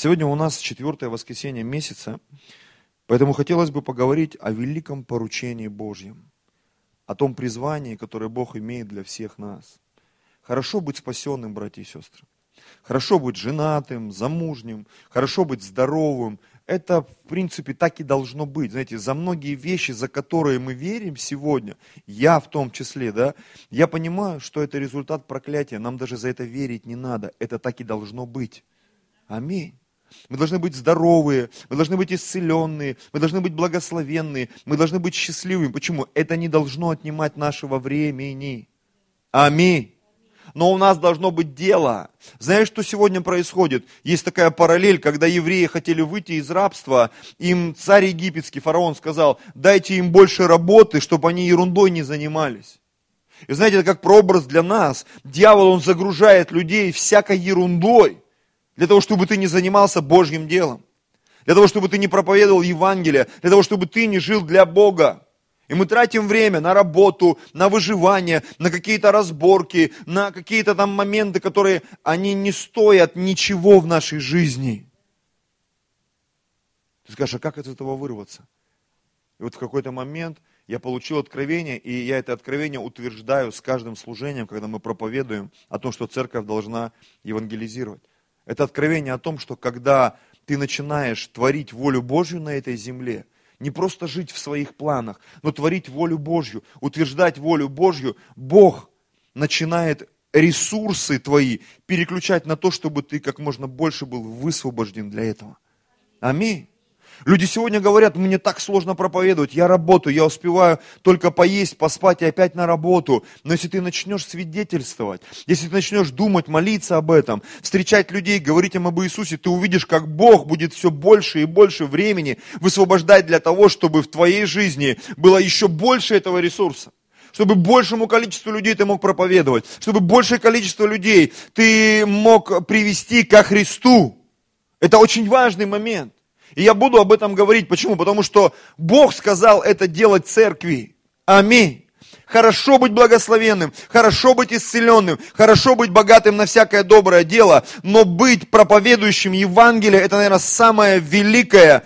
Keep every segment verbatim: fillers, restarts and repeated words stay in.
Сегодня у нас четвертое воскресенье месяца, поэтому хотелось бы поговорить о великом поручении Божьем, о том призвании, которое Бог имеет для всех нас. Хорошо быть спасенным, братья и сестры. Хорошо быть женатым, замужним, хорошо быть здоровым. Это, в принципе, так и должно быть. Знаете, за многие вещи, за которые мы верим сегодня, я в том числе, да, я понимаю, что это результат проклятия. Нам даже за это верить не надо. Это так и должно быть. Аминь. Мы должны быть здоровые, мы должны быть исцеленные, мы должны быть благословенные, мы должны быть счастливыми. Почему? Это не должно отнимать нашего времени. Аминь. Но у нас должно быть дело. Знаешь, что сегодня происходит? Есть такая параллель, когда евреи хотели выйти из рабства, им царь египетский, фараон, сказал, дайте им больше работы, чтобы они ерундой не занимались. И знаете, это как прообраз для нас. Дьявол, он загружает людей всякой ерундой, для того, чтобы ты не занимался Божьим делом, для того, чтобы ты не проповедовал Евангелие, для того, чтобы ты не жил для Бога. И мы тратим время на работу, на выживание, на какие-то разборки, на какие-то там моменты, которые, они не стоят ничего в нашей жизни. Ты скажешь, а как из этого вырваться? И вот в какой-то момент я получил откровение, и я это откровение утверждаю с каждым служением, когда мы проповедуем о том, что церковь должна евангелизировать. Это откровение о том, что когда ты начинаешь творить волю Божью на этой земле, не просто жить в своих планах, но творить волю Божью, утверждать волю Божью, Бог начинает ресурсы твои переключать на то, чтобы ты как можно больше был высвобожден для этого. Аминь. Люди сегодня говорят, мне так сложно проповедовать, я работаю, я успеваю только поесть, поспать и опять на работу. Но если ты начнешь свидетельствовать, если ты начнешь думать, молиться об этом, встречать людей, говорить им об Иисусе, ты увидишь, как Бог будет все больше и больше времени высвобождать для того, чтобы в твоей жизни было еще больше этого ресурса. Чтобы большему количеству людей ты мог проповедовать, чтобы большее количество людей ты мог привести ко Христу. Это очень важный момент. И я буду об этом говорить. Почему? Потому что Бог сказал это делать церкви. Аминь. Хорошо быть благословенным, хорошо быть исцеленным, хорошо быть богатым на всякое доброе дело, но быть проповедующим Евангелие, это, наверное, самое великое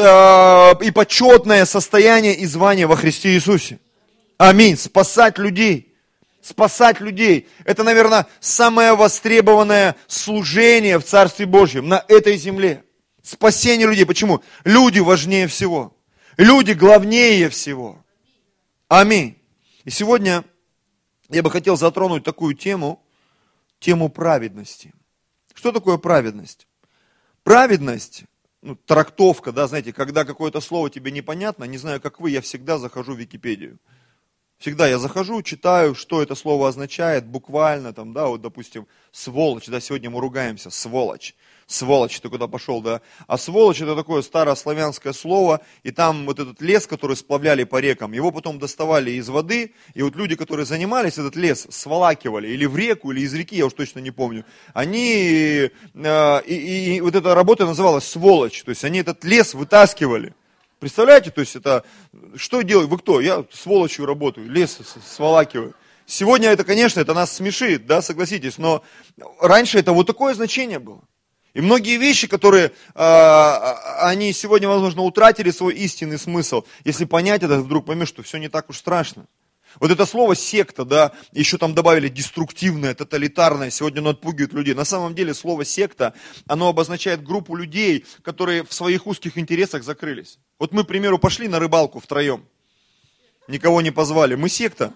и почетное состояние и звание во Христе Иисусе. Аминь. Спасать людей. Спасать людей. Это, наверное, самое востребованное служение в Царстве Божьем на этой земле. Спасение людей. Почему? Люди важнее всего. Люди главнее всего. Аминь. И сегодня я бы хотел затронуть такую тему, тему праведности. Что такое праведность? Праведность, ну, трактовка, да, знаете, когда какое-то слово тебе непонятно, не знаю, как вы, я всегда захожу в Википедию. Всегда я захожу, читаю, что это слово означает, буквально, там, да, вот, допустим, сволочь, да, сегодня мы ругаемся, сволочь. Сволочь, ты куда пошел, да? А сволочь это такое старославянское слово, и там вот этот лес, который сплавляли по рекам, его потом доставали из воды, и вот люди, которые занимались, этот лес сволакивали, или в реку, или из реки, я уж точно не помню, они, э, и, и вот эта работа называлась сволочь, то есть они этот лес вытаскивали. Представляете, то есть это, что делать, вы кто? Я сволочью работаю, лес сволакиваю. Сегодня это, конечно, это нас смешит, да, согласитесь, но раньше это вот такое значение было. И многие вещи, которые, э, они сегодня, возможно, утратили свой истинный смысл. Если понять это, вдруг поймешь, что все не так уж страшно. Вот это слово секта, да, еще там добавили деструктивное, тоталитарное, сегодня оно отпугивает людей. На самом деле слово секта, оно обозначает группу людей, которые в своих узких интересах закрылись. Вот мы, к примеру, пошли на рыбалку втроем, никого не позвали, мы секта.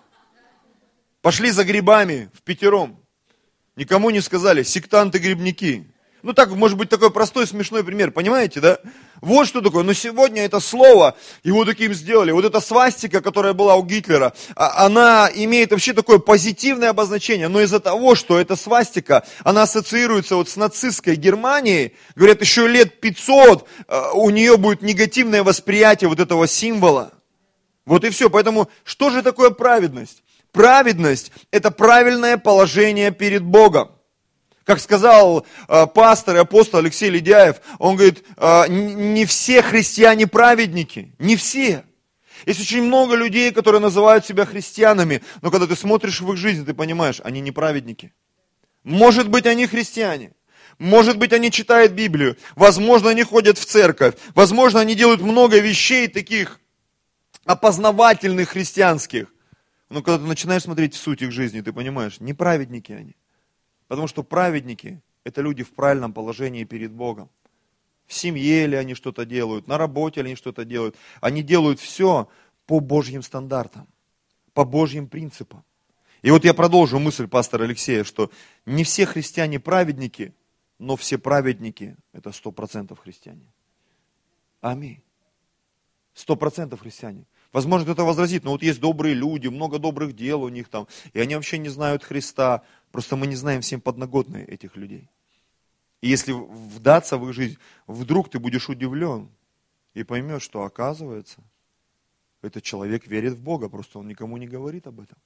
Пошли за грибами впятером, никому не сказали, сектанты-грибники. Ну так, может быть, такой простой, смешной пример, понимаете, да? Вот что такое, но сегодня это слово, его таким сделали, вот эта свастика, которая была у Гитлера, она имеет вообще такое позитивное обозначение, но из-за того, что эта свастика, она ассоциируется вот с нацистской Германией, говорят, еще лет пятьсот у нее будет негативное восприятие вот этого символа. Вот и все, поэтому что же такое праведность? Праведность – это правильное положение перед Богом. Как сказал э, пастор и апостол Алексей Ледяев, он говорит, э, не все христиане праведники, не все. Есть очень много людей, которые называют себя христианами, но когда ты смотришь в их жизнь, ты понимаешь, они не праведники. Может быть, они христиане, Может быть, они читают Библию, возможно, они ходят в церковь, возможно, они делают много вещей таких опознавательных христианских. Но когда ты начинаешь смотреть в суть их жизни, ты понимаешь, не праведники они. Потому что праведники – это люди в правильном положении перед Богом. В семье ли они что-то делают, на работе ли они что-то делают. Они делают все по Божьим стандартам, по Божьим принципам. И вот я продолжу мысль пастора Алексея, что не все христиане праведники, но все праведники – это сто процентов христиане. Аминь. Сто процентов христиане. Возможно, кто-то возразит, но вот есть добрые люди, много добрых дел у них там, и они вообще не знают Христа. Просто мы не знаем всем подноготные этих людей. И если вдаться в их жизнь, вдруг ты будешь удивлен и поймешь, что оказывается, этот человек верит в Бога, просто он никому не говорит об этом.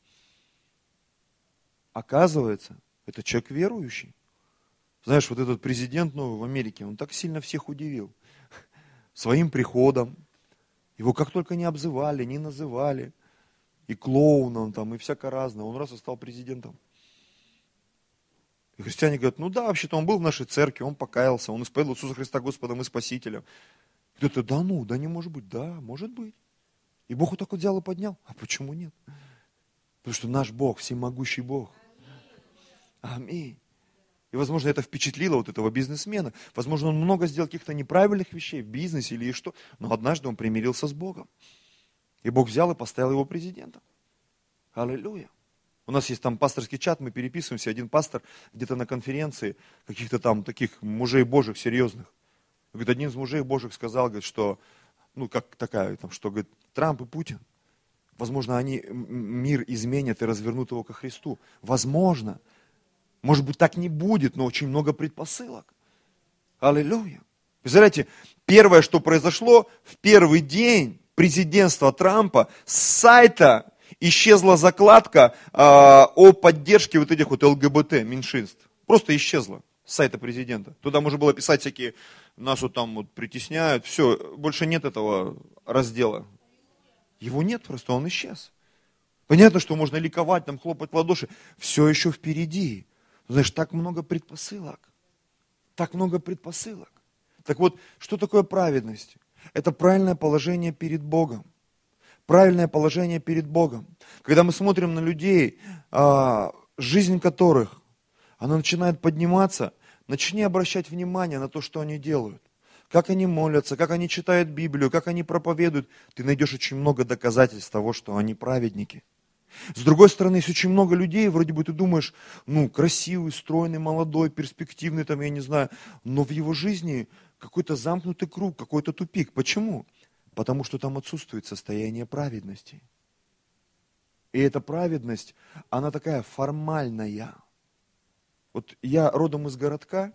Оказывается, это человек верующий. Знаешь, вот этот президент новый в Америке, он так сильно всех удивил. Своим приходом. Его как только не обзывали, не называли. И клоуном там, и всяко разное. Он раз и стал президентом. И христиане говорят, ну да, вообще-то он был в нашей церкви, он покаялся, он исповедовал Иисуса Христа Господом и Спасителем. Кто-то, да ну, да не может быть, да, может быть. И Бог вот так вот взял и поднял. А почему нет? Потому что наш Бог, всемогущий Бог. Аминь. И, возможно, это впечатлило вот этого бизнесмена. Возможно, он много сделал каких-то неправильных вещей в бизнесе или что. Но однажды он примирился с Богом. И Бог взял и поставил его президентом. Аллилуйя. У нас есть там пасторский чат, мы переписываемся. Один пастор где-то на конференции каких-то там таких мужей Божьих серьезных. Говорит, один из мужей Божьих сказал, говорит, что, ну, как такая, там, что, говорит, Трамп и Путин, возможно, они мир изменят и развернут его ко Христу. Возможно. Может быть, так не будет, но очень много предпосылок. Аллилуйя. Представляете, первое, что произошло, в первый день президентства Трампа с сайта исчезла закладка э, о поддержке вот этих вот ЛГБТ меньшинств. Просто исчезла с сайта президента. Туда можно было писать всякие, нас вот там вот притесняют, все, больше нет этого раздела. Его нет просто, он исчез. Понятно, что можно ликовать, там хлопать в ладоши. Все еще впереди. Знаешь, так много предпосылок. Так много предпосылок. Так вот, что такое праведность? Это правильное положение перед Богом. Правильное положение перед Богом. Когда мы смотрим на людей, жизнь которых, она начинает подниматься, начни обращать внимание на то, что они делают. Как они молятся, как они читают Библию, как они проповедуют. Ты найдешь очень много доказательств того, что они праведники. С другой стороны, есть очень много людей, вроде бы ты думаешь, ну, красивый, стройный, молодой, перспективный, там, я не знаю, но в его жизни какой-то замкнутый круг, какой-то тупик. Почему? Потому что там отсутствует состояние праведности. И эта праведность, она такая формальная. Вот я родом из городка,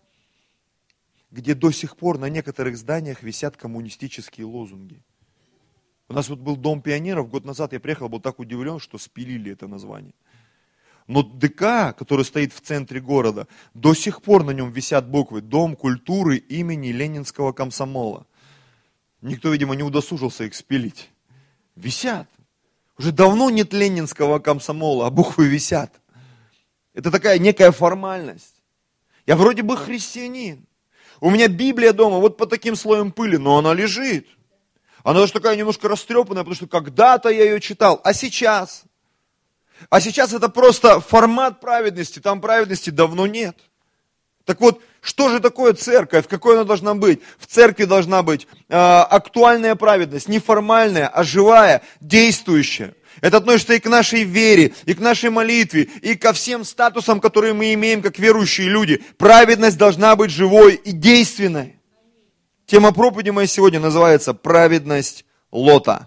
где до сих пор на некоторых зданиях висят коммунистические лозунги. У нас вот был Дом пионеров, год назад я приехал, был так удивлен, что спилили это название. Но ДК, который стоит в центре города, до сих пор на нем висят буквы «Дом культуры имени Ленинского комсомола». Никто, видимо, не удосужился их спилить. Висят. Уже давно нет Ленинского комсомола, а буквы висят. Это такая некая формальность. Я вроде бы христианин. У меня Библия дома вот под таким слоем пыли, но она лежит. Она даже такая немножко растрепанная, потому что когда-то я ее читал, а сейчас? А сейчас это просто формат праведности, там праведности давно нет. Так вот, что же такое церковь, какой она должна быть? В церкви должна быть э, актуальная праведность, не формальная, а живая, действующая. Это относится и к нашей вере, и к нашей молитве, и ко всем статусам, которые мы имеем как верующие люди. Праведность должна быть живой и действенной. Тема проповеди моей сегодня называется «Праведность Лота».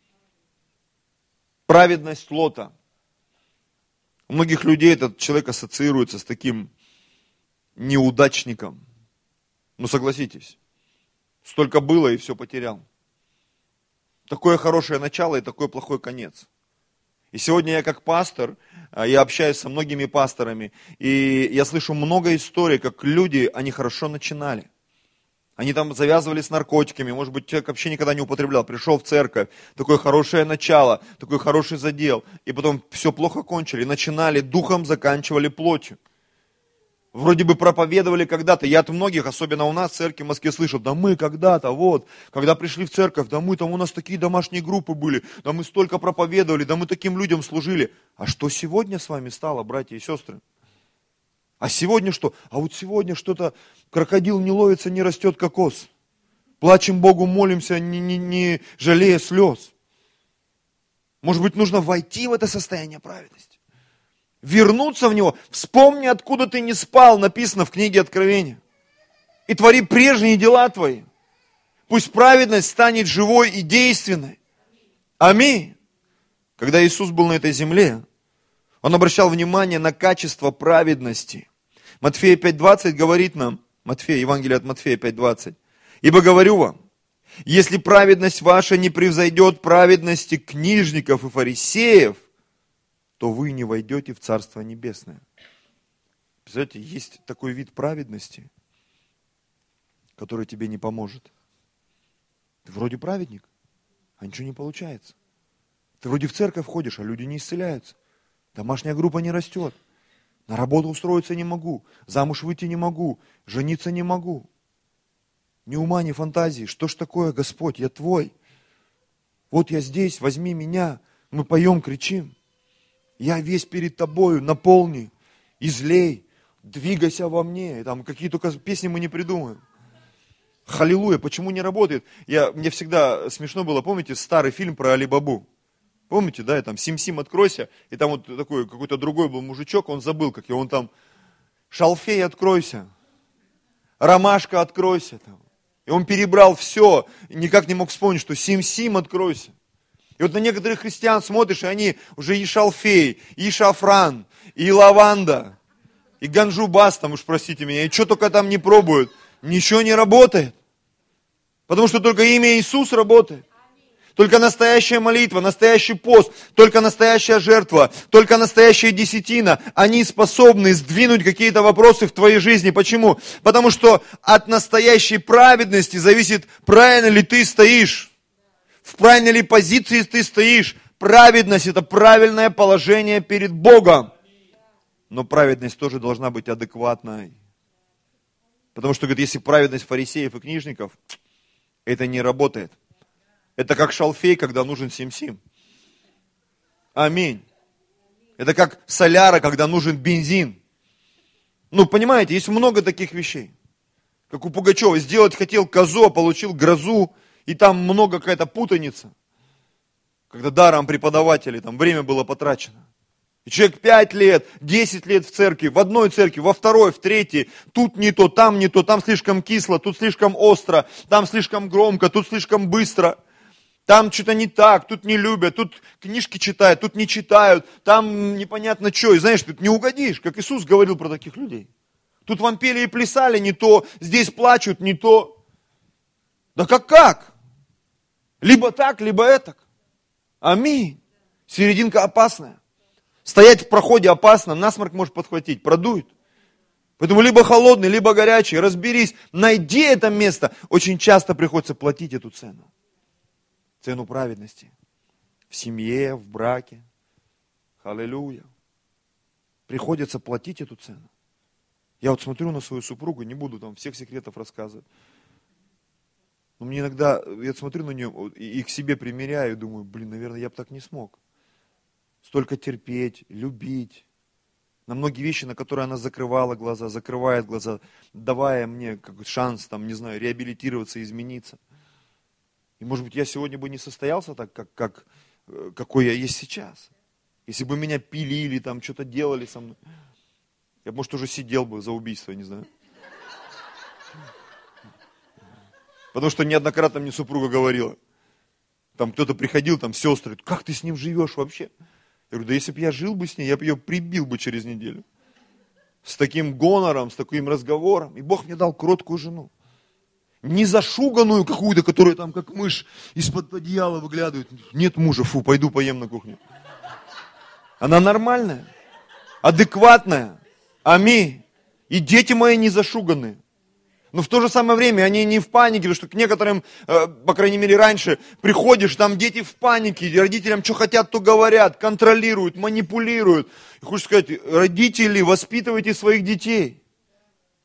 Праведность Лота. У многих людей этот человек ассоциируется с таким неудачником. Ну согласитесь, столько было и все потерял. Такое хорошее начало и такой плохой конец. И сегодня я как пастор, я общаюсь со многими пасторами, и я слышу много историй, как люди, они хорошо начинали. Они там завязывали с наркотиками, может быть, человек вообще никогда не употреблял, пришел в церковь, такое хорошее начало, такой хороший задел, и потом все плохо кончили, начинали духом, заканчивали плотью. Вроде бы проповедовали когда-то. Я от многих, особенно у нас в церкви в Москве, слышал, да мы когда-то, вот, когда пришли в церковь, да мы там, у нас такие домашние группы были, да мы столько проповедовали, да мы таким людям служили. А что сегодня с вами стало, братья и сестры? А сегодня что? А вот сегодня что-то, крокодил не ловится, не растет кокос. Плачем Богу, молимся, не, не, не жалея слез. Может быть, нужно войти в это состояние праведности. Вернуться в него. Вспомни, откуда ты не спал, написано в книге Откровения. И твори прежние дела твои. Пусть праведность станет живой и действенной. Аминь. Когда Иисус был на этой земле, Он обращал внимание на качество праведности. Матфея пять двадцать говорит нам, Матфея, Евангелие от Матфея пять двадцать. Ибо говорю вам, если праведность ваша не превзойдет праведности книжников и фарисеев, то вы не войдете в Царство Небесное. Представляете, есть такой вид праведности, который тебе не поможет. Ты вроде праведник, а ничего не получается. Ты вроде в церковь ходишь, а люди не исцеляются. Домашняя группа не растет. На работу устроиться не могу. Замуж выйти не могу. Жениться не могу. Ни ума, ни фантазии. Что ж такое, Господь, я Твой. Вот я здесь, возьми меня. Мы поем, кричим. Я весь перед Тобою, наполни, излей, двигайся во мне. И там какие только песни мы не придумаем. Халилуя, почему не работает? Я, мне всегда смешно было, помните, старый фильм про Али-Бабу? Помните, да, и там «Сим-Сим, откройся», и там вот такой какой-то другой был мужичок, он забыл, как его, он там «Шалфей, откройся», «Ромашка, откройся». Там. И он перебрал все, и никак не мог вспомнить, что «Сим-Сим, откройся». И вот на некоторых христиан смотришь, и они уже и шалфей, и шафран, и лаванда, и ганджубас, там уж простите меня, и что только там не пробуют. Ничего не работает. Потому что только имя Иисус работает. Только настоящая молитва, настоящий пост, только настоящая жертва, только настоящая десятина, они способны сдвинуть какие-то вопросы в твоей жизни. Почему? Потому что от настоящей праведности зависит, правильно ли ты стоишь. В правильной ли позиции ты стоишь? Праведность – это правильное положение перед Богом. Но праведность тоже должна быть адекватной. Потому что, говорит, если праведность фарисеев и книжников, это не работает. Это как шалфей, когда нужен сим-сим. Аминь. Это как соляра, когда нужен бензин. Ну, понимаете, есть много таких вещей. Как у Пугачева. Сделать хотел козу, а получил грозу. И там много какая-то путаница. Когда даром преподавателей, там время было потрачено. И человек пять лет, десять лет в церкви, в одной церкви, во второй, в третьей. Тут не то, там не то, там слишком кисло, тут слишком остро, там слишком громко, тут слишком быстро. Там что-то не так, тут не любят, тут книжки читают, тут не читают, там непонятно что. И знаешь, тут не угодишь, как Иисус говорил про таких людей. Тут вам пели и плясали не то, здесь плачут не то. Да как как? Либо так, либо этак. Аминь. Серединка опасная. Стоять в проходе опасно, насморк может подхватить, продует. Поэтому либо холодный, либо горячий. Разберись, найди это место. Очень часто приходится платить эту цену. Цену праведности. В семье, в браке. Аллилуйя. Приходится платить эту цену. Я вот смотрю на свою супругу, не буду там всех секретов рассказывать. Но мне иногда, я смотрю на нее и к себе примеряю, и думаю, блин, наверное, я бы так не смог. Столько терпеть, любить. На многие вещи, на которые она закрывала глаза, закрывает глаза, давая мне какой-то шанс, там, не знаю, реабилитироваться, измениться. И, может быть, я сегодня бы не состоялся так, как, как, какой я есть сейчас. Если бы меня пилили, там, что-то делали со мной. Я бы, может, уже сидел бы за убийство, не знаю. Потому что неоднократно мне супруга говорила. Там кто-то приходил, там сестры, как ты с ним живешь вообще? Я говорю, да если бы я жил бы с ней, я бы ее прибил бы через неделю. С таким гонором, с таким разговором. И Бог мне дал кроткую жену. Не зашуганную какую-то, которая там как мышь из-под одеяла выглядывает. Нет мужа, фу, пойду поем на кухню. Она нормальная, адекватная. Аминь. И дети мои не зашуганные. Но в то же самое время они не в панике, потому что к некоторым, по крайней мере раньше, приходишь, там дети в панике, родителям что хотят, то говорят, контролируют, манипулируют. И хочешь сказать, родители, воспитывайте своих детей.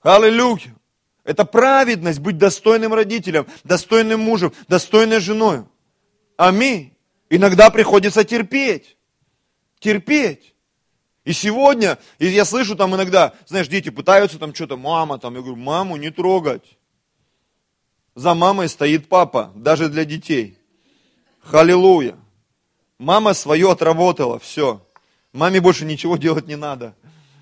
Аллилуйя. Это праведность быть достойным родителем, достойным мужем, достойной женой. Аминь. Иногда приходится терпеть. Терпеть. И сегодня, и я слышу там иногда, знаешь, дети пытаются там что-то, мама там, я говорю, маму не трогать. За мамой стоит папа, даже для детей. Халилуя. Мама свое отработала, все. Маме больше ничего делать не надо.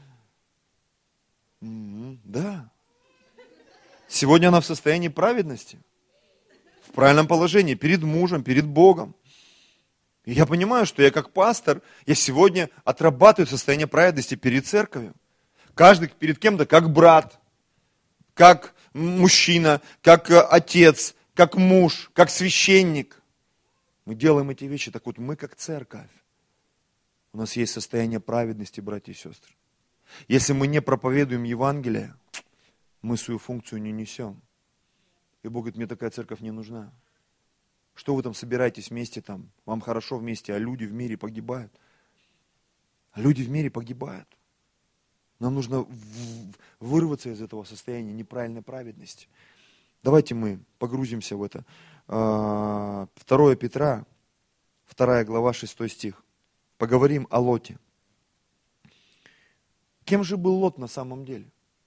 М-м, да. Сегодня она в состоянии праведности. В правильном положении, перед мужем, перед Богом. И я понимаю, что я как пастор, я сегодня отрабатываю состояние праведности перед церковью. Каждый перед кем-то как брат, как мужчина, как отец, как муж, как священник. Мы делаем эти вещи, так вот мы как церковь. У нас есть состояние праведности, братья и сестры. Если мы не проповедуем Евангелие, мы свою функцию не несем. И Бог говорит, мне такая церковь не нужна. Что вы там собираетесь вместе там? Вам хорошо вместе, а люди в мире погибают. А люди в мире погибают. Нам нужно вырваться из этого состояния неправильной праведности. Давайте мы погрузимся в это. второе Петра, вторая глава, шестой стих. Поговорим о Лоте. Кем же был Лот на самом деле?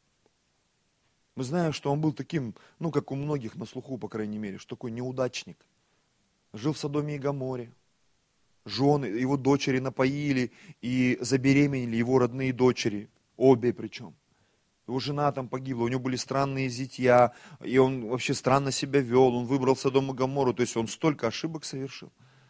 Мы знаем, что он был таким, ну, как у многих на слуху, по крайней мере, что такой неудачник. Жил в Содоме и Гоморе. Жены, его дочери напоили и забеременели его родные дочери. Обе причем. Его жена там погибла, у него были странные зятья, и он вообще странно себя вел, он выбрал Содом и Гоморру, то есть он столько ошибок совершил.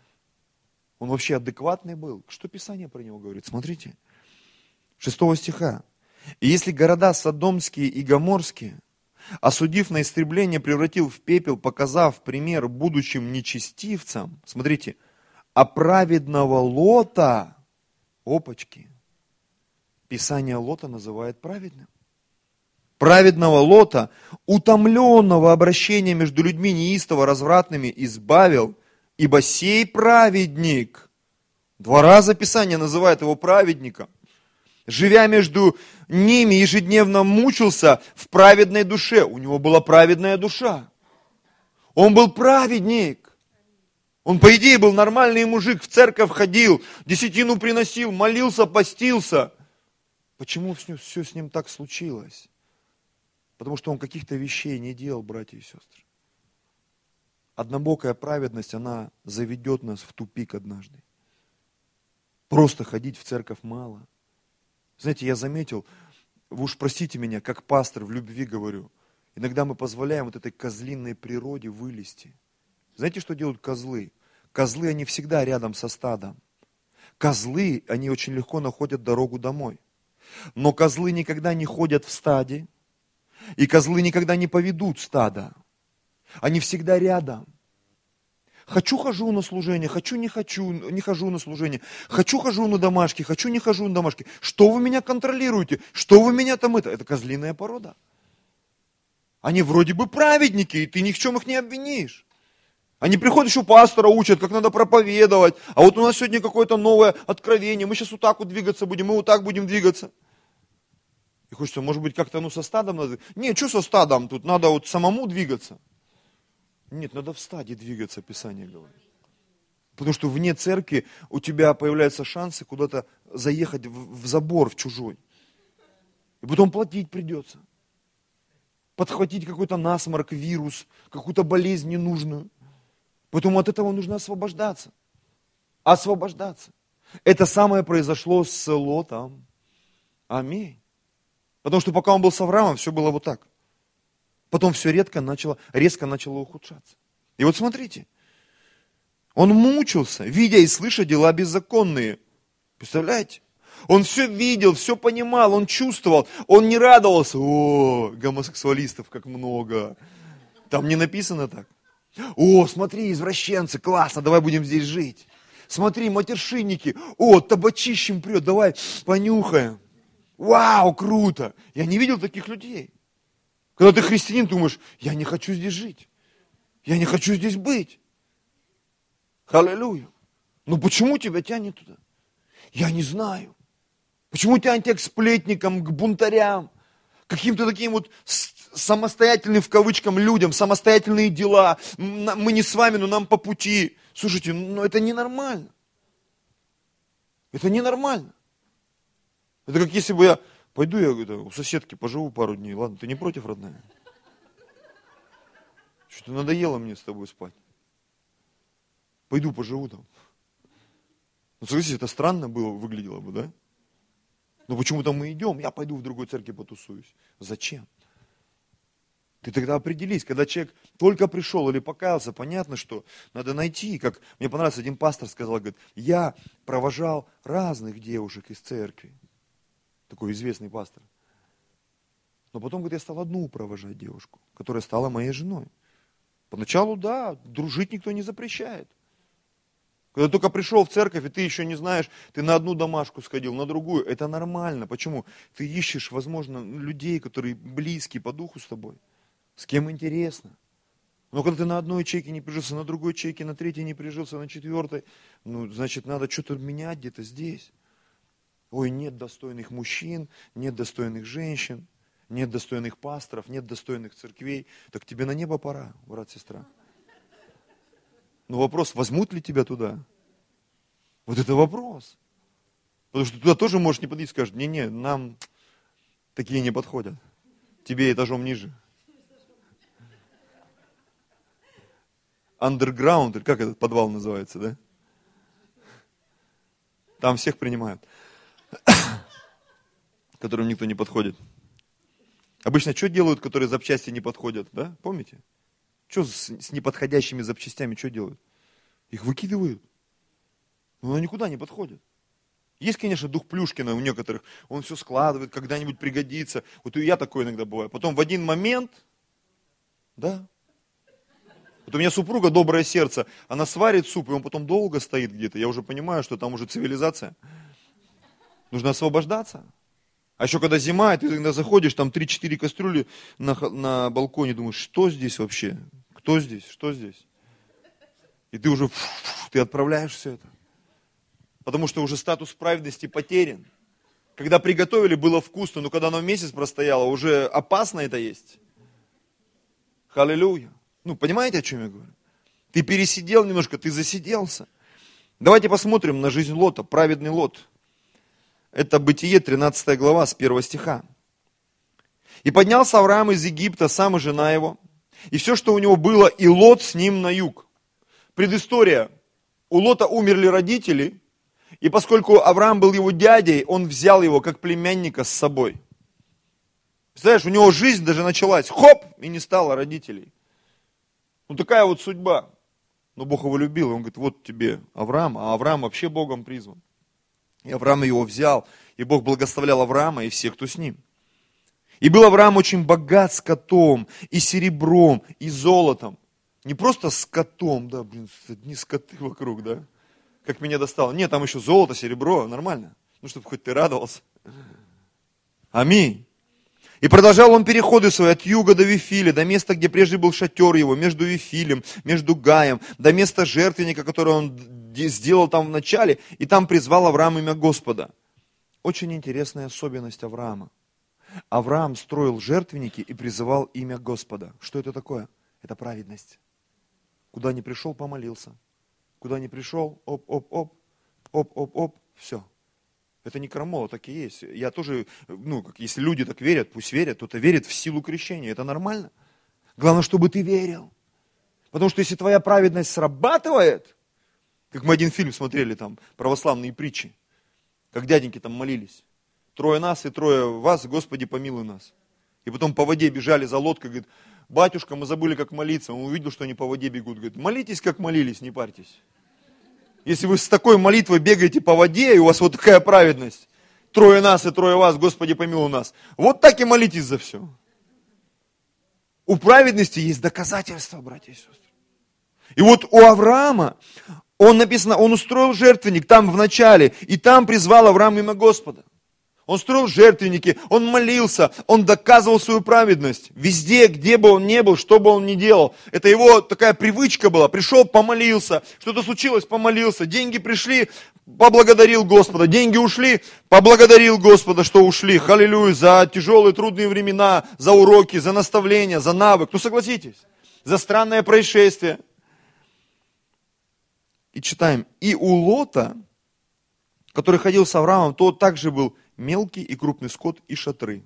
Он вообще адекватный был. Что Писание про него говорит? Смотрите. Шестого стиха. «И если города Содомские и Гоморские, осудив на истребление, превратил в пепел, показав пример будущим нечестивцам», смотрите, «а праведного Лота», опачки, Писание Лота называет праведным. Праведного Лота, утомленного обращения между людьми неистово развратными, избавил, ибо сей праведник, два раза Писание называет его праведником, живя между ними, ежедневно мучился в праведной душе. У него была праведная душа. Он был праведник. Он, по идее, был нормальный мужик, в церковь ходил, десятину приносил, молился, постился. Почему все, все с ним так случилось? Потому что он каких-то вещей не делал, братья и сестры. Однобокая праведность, она заведет нас в тупик однажды. Просто ходить в церковь мало. Знаете, я заметил, вы уж простите меня, как пастор в любви говорю, иногда мы позволяем вот этой козлиной природе вылезти. Знаете, что делают козлы? Козлы, они всегда рядом со стадом. Козлы, они очень легко находят дорогу домой. Но козлы никогда не ходят в стаде, и козлы никогда не поведут стадо. Они всегда рядом. Хочу, хожу на служение, хочу, не хочу, не хожу на служение. Хочу, хожу на домашки, хочу, не хожу на домашки. Что вы меня контролируете? Что вы меня там это? Это козлиная порода. Они вроде бы праведники, и ты ни в чем их не обвинишь. Они приходят еще пастора учат, как надо проповедовать. А вот у нас сегодня какое-то новое откровение. Мы сейчас вот так вот двигаться будем, мы вот так будем двигаться. И хочется, может быть, как-то ну со стадом надо. Нет, что со стадом? Тут надо вот самому двигаться. Нет, надо в стаде двигаться, Писание говорит. Потому что вне церкви у тебя появляются шансы куда-то заехать в, в забор, в чужой. И потом платить придется. Подхватить какой-то насморк, вирус, какую-то болезнь ненужную. Поэтому от этого нужно освобождаться. Освобождаться. Это самое произошло с Лотом. Аминь. Потому что пока он был с Авраамом, все было вот так. Потом все редко начало, резко начало ухудшаться. И вот смотрите, он мучился, видя и слыша дела беззаконные. Представляете? Он все видел, все понимал, он чувствовал, он не радовался. О, гомосексуалистов как много. Там не написано так. О, смотри, извращенцы, классно, давай будем здесь жить. Смотри, матершинники, о, табачищем прет, давай понюхаем. Вау, круто. Я не видел таких людей. Когда ты христианин, думаешь, я не хочу здесь жить. Я не хочу здесь быть. Аллилуйя. Ну почему тебя тянет туда? Я не знаю. Почему тянет тебя к сплетникам, к бунтарям, каким-то таким вот самостоятельным в кавычках людям, самостоятельные дела. Мы не с вами, но нам по пути. Слушайте, ну это ненормально. Это ненормально. Это как если бы я пойду, я говорю, у соседки поживу пару дней. Ладно, ты не против, родная? Что-то надоело мне с тобой спать. Пойду поживу там. Ну, согласитесь, это странно было, выглядело бы, да? Но почему-то мы идем, я пойду в другой церкви потусуюсь. Зачем? Ты тогда определись, когда человек только пришел или покаялся, понятно, что надо найти, как мне понравился, один пастор сказал, говорит, я провожал разных девушек из церкви. Такой известный пастор. Но потом, говорит, я стал одну провожать девушку, которая стала моей женой. Поначалу, да, дружить никто не запрещает. Когда только пришел в церковь, и ты еще не знаешь, ты на одну домашку сходил, на другую, это нормально. Почему? Ты ищешь, возможно, людей, которые близкие по духу с тобой, с кем интересно. Но когда ты на одной ячейке не прижился, на другой ячейке, на третьей не прижился, на четвертой, ну, значит, надо что-то менять где-то здесь. Ой, нет достойных мужчин, нет достойных женщин, нет достойных пасторов, нет достойных церквей. Так тебе на небо пора, брат, сестра. Но вопрос, возьмут ли тебя туда? Вот это вопрос. Потому что туда тоже можешь не подойти и скажешь, не-не, нам такие не подходят. Тебе этажом ниже. Underground, или как этот подвал называется, да? Там всех принимают, которым никто не подходит. Обычно что делают, которые запчасти не подходят, да? Помните? Что с, с неподходящими запчастями, что делают? Их выкидывают. Но они никуда не подходят. Есть, конечно, дух Плюшкина у некоторых. Он все складывает, когда-нибудь пригодится. Вот и я такой иногда бываю. Потом в один момент, да. Вот у меня супруга доброе сердце. Она сварит суп, и он потом долго стоит где-то. Я уже понимаю, что там уже цивилизация. Нужно освобождаться. А еще когда зима, ты иногда заходишь, там три-четыре кастрюли на, на балконе, думаешь, что здесь вообще? Кто здесь? Что здесь? И ты уже, ты отправляешь все это. Потому что уже статус праведности потерян. Когда приготовили, было вкусно, но когда оно месяц простояло, уже опасно это есть. Аллилуйя. Ну, понимаете, о чем я говорю? Ты пересидел немножко, ты засиделся. Давайте посмотрим на жизнь Лота, праведный Лот. Это Бытие, тринадцатая глава, с первого стиха. «И поднялся Авраам из Египта, сам и жена его, и все, что у него было, и Лот с ним на юг». Предыстория. У Лота умерли родители, и поскольку Авраам был его дядей, он взял его как племянника с собой. Представляешь, у него жизнь даже началась, хоп, и не стало родителей. Ну такая вот судьба. Но Бог его любил, и он говорит, вот тебе Авраам, а Авраам вообще Богом призван. И Авраам его взял, и Бог благословлял Авраама и всех, кто с ним. И был Авраам очень богат скотом, и серебром, и золотом. Не просто скотом, да, блин, одни скоты вокруг, да. Как меня достало. Нет, там еще золото, серебро, нормально. Ну, чтобы хоть ты радовался. Аминь. И продолжал он переходы свои от юга до Вифиля, до места, где прежде был шатер его, между Вифилем, между Гаем, до места жертвенника, который он сделал там в начале, и там призвал Авраам имя Господа. Очень интересная особенность Авраама. Авраам строил жертвенники и призывал имя Господа. Что это такое? Это праведность. Куда ни пришел, помолился. Куда ни пришел, оп-оп-оп, оп-оп-оп, все. Это не крамола, так и есть. Я тоже, ну, как, если люди так верят, пусть верят, кто-то верит в силу крещения, это нормально. Главное, чтобы ты верил. Потому что если твоя праведность срабатывает, как мы один фильм смотрели, там, православные притчи, как дяденьки там молились. Трое нас и трое вас, Господи, помилуй нас. И потом по воде бежали за лодкой, говорит, батюшка, мы забыли, как молиться. Он увидел, что они по воде бегут. Говорит, молитесь, как молились, не парьтесь. Если вы с такой молитвой бегаете по воде, и у вас вот такая праведность, трое нас и трое вас, Господи, помилуй нас. Вот так и молитесь за все. У праведности есть доказательства, братья и сестры. И вот у Авраама, он написано, он устроил жертвенник там в начале, и там призвал Авраам имя Господа. Он строил жертвенники, он молился, он доказывал свою праведность. Везде, где бы он ни был, что бы он ни делал. Это его такая привычка была. Пришел, помолился, что-то случилось, помолился. Деньги пришли, поблагодарил Господа. Деньги ушли, поблагодарил Господа, что ушли. Аллилуйя, за тяжелые, трудные времена, за уроки, за наставления, за навык. Ну согласитесь, за странное происшествие. И читаем, и у Лота, который ходил с Авраамом, то также был мелкий и крупный скот и шатры.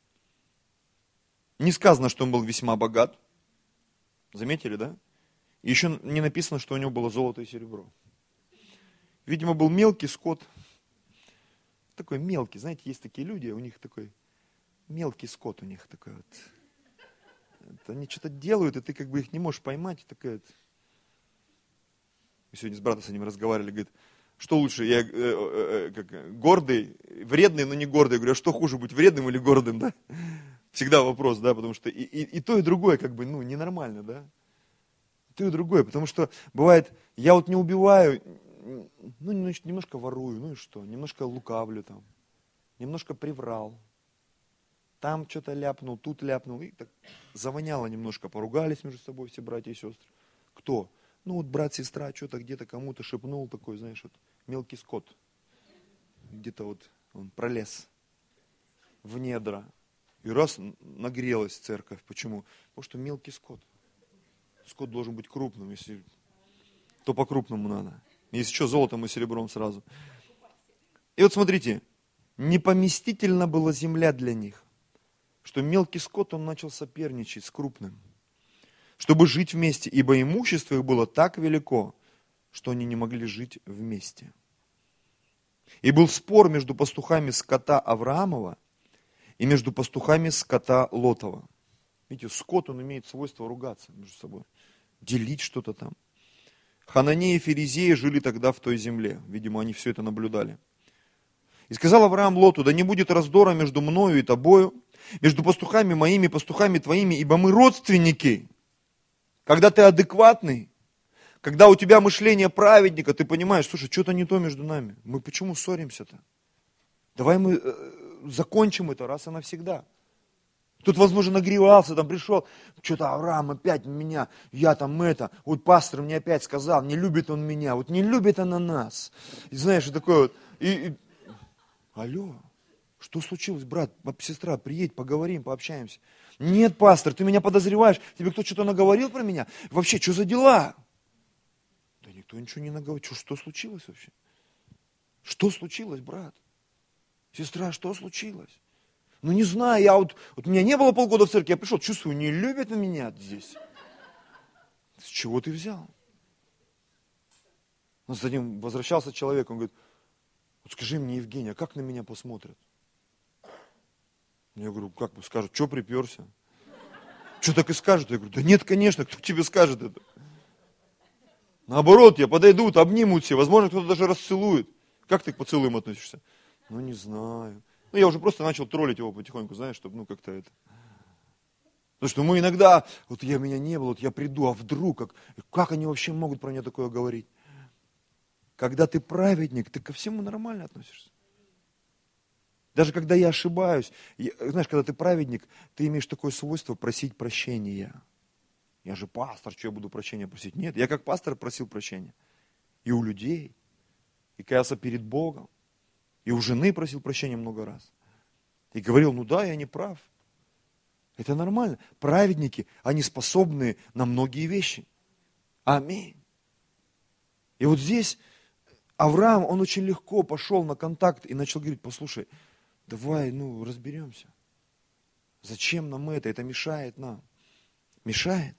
Не сказано, что он был весьма богат. Заметили, да? И еще не написано, что у него было золото и серебро. Видимо, был мелкий скот. Такой мелкий, знаете, есть такие люди, у них такой мелкий скот у них такой вот. Это они что-то делают, и ты как бы их не можешь поймать. Такая вот. Мы сегодня с братом с ним разговаривали, говорит, что лучше, я э, э, как, гордый, вредный, но не гордый. Я говорю, а что хуже, быть вредным или гордым, да? Всегда вопрос, да, потому что и, и, и то, и другое как бы, ну, ненормально, да? И то, и другое, потому что бывает, я вот не убиваю, ну, немножко ворую, ну и что, немножко лукавлю там, немножко приврал, там что-то ляпнул, тут ляпнул, и так завоняло немножко, поругались между собой все братья и сестры. Кто? Ну вот брат, сестра, что-то где-то кому-то шепнул такой, знаешь, вот мелкий скот, где-то вот он пролез в недра, и раз нагрелась церковь, почему? Потому что мелкий скот. Скот должен быть крупным, если то по-крупному надо. Если что, золотом и серебром сразу. И вот смотрите, непоместительна была земля для них, что мелкий скот, он начал соперничать с крупным, чтобы жить вместе, ибо имущество их было так велико, что они не могли жить вместе. И был спор между пастухами скота Авраамова и между пастухами скота Лотова. Видите, скот, он имеет свойство ругаться между собой, делить что-то там. Хананеи и Ферезеи жили тогда в той земле. Видимо, они все это наблюдали. И сказал Авраам Лоту, да не будет раздора между мною и тобою, между пастухами моими, пастухами твоими, ибо мы родственники. Когда ты адекватный, когда у тебя мышление праведника, ты понимаешь, слушай, что-то не то между нами. Мы почему ссоримся-то? Давай мы э, закончим это раз и навсегда. Тут, возможно, нагревался, там пришел, что-то Авраам опять меня, я там это, вот пастор мне опять сказал, не любит он меня, вот не любит она нас. И знаешь, и такое вот, и, и... алло, что случилось, брат, сестра, приедь, поговорим, пообщаемся. Нет, пастор, ты меня подозреваешь, тебе кто что-то наговорил про меня? Вообще, что за дела? Да никто ничего не наговорил, что, что случилось вообще? Что случилось, брат? Сестра, что случилось? Ну не знаю, я вот, вот меня не было полгода в церкви, я пришел, чувствую, не любят меня здесь. С чего ты взял? Но за ним возвращался человек, он говорит, вот скажи мне, Евгений, а как на меня посмотрят? Я говорю, как бы скажут, что приперся? Что так и скажут? Я говорю, да нет, конечно, кто тебе скажет это? Наоборот, я подойдут, обнимут все, возможно, кто-то даже расцелует. Как ты к поцелуям относишься? Ну не знаю. Ну, я уже просто начал троллить его потихоньку, знаешь, чтобы, ну, как-то это... Потому что мы иногда, вот я меня не было, вот я приду, а вдруг, как, как они вообще могут про меня такое говорить? Когда ты праведник, ты ко всему нормально относишься. Даже когда я ошибаюсь, я, знаешь, когда ты праведник, ты имеешь такое свойство просить прощения. Я же пастор, что я буду прощения просить? Нет, я как пастор просил прощения. И у людей, и каялся перед Богом. И у жены просил прощения много раз. И говорил, ну да, я не прав. Это нормально. Праведники, они способны на многие вещи. Аминь. И вот здесь Авраам, он очень легко пошел на контакт и начал говорить, послушай, давай, ну, разберемся. Зачем нам это? Это мешает нам. Мешает.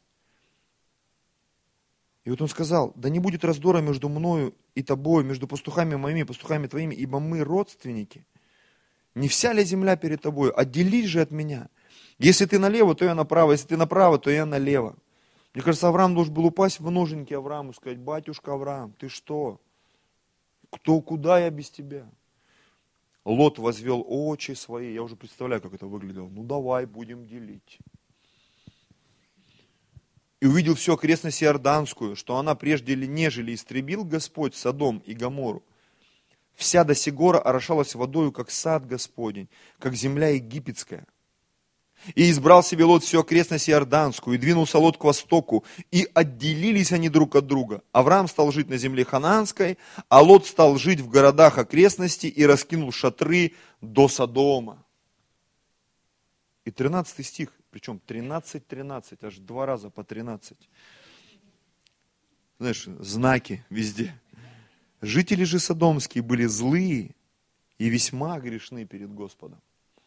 И вот он сказал, да не будет раздора между мною и тобой, между пастухами моими и пастухами твоими, ибо мы родственники. Не вся ли земля перед тобой? Отделись же от меня. Если ты налево, то я направо, если ты направо, то я налево. Мне кажется, Авраам должен был упасть в ноженьки Аврааму и сказать, батюшка Авраам, ты что? Кто, куда я без тебя? Лот возвел очи свои, я уже представляю, как это выглядело. Ну давай, будем делить. И увидел всю окрестность Иорданскую, что она прежде нежели истребил Господь Содом и Гоморру. Вся до сего гора орошалась водою, как сад Господень, как земля египетская. И избрал себе Лот всю окрестность Иорданскую, и двинулся Лот к востоку, и отделились они друг от друга. Авраам стал жить на земле ханаанской, а Лот стал жить в городах окрестностей и раскинул шатры до Содома. И тринадцатый стих, причем тринадцать тринадцать, аж два раза по тринадцать. Знаешь, знаки везде. Жители же содомские были злые и весьма грешны перед Господом.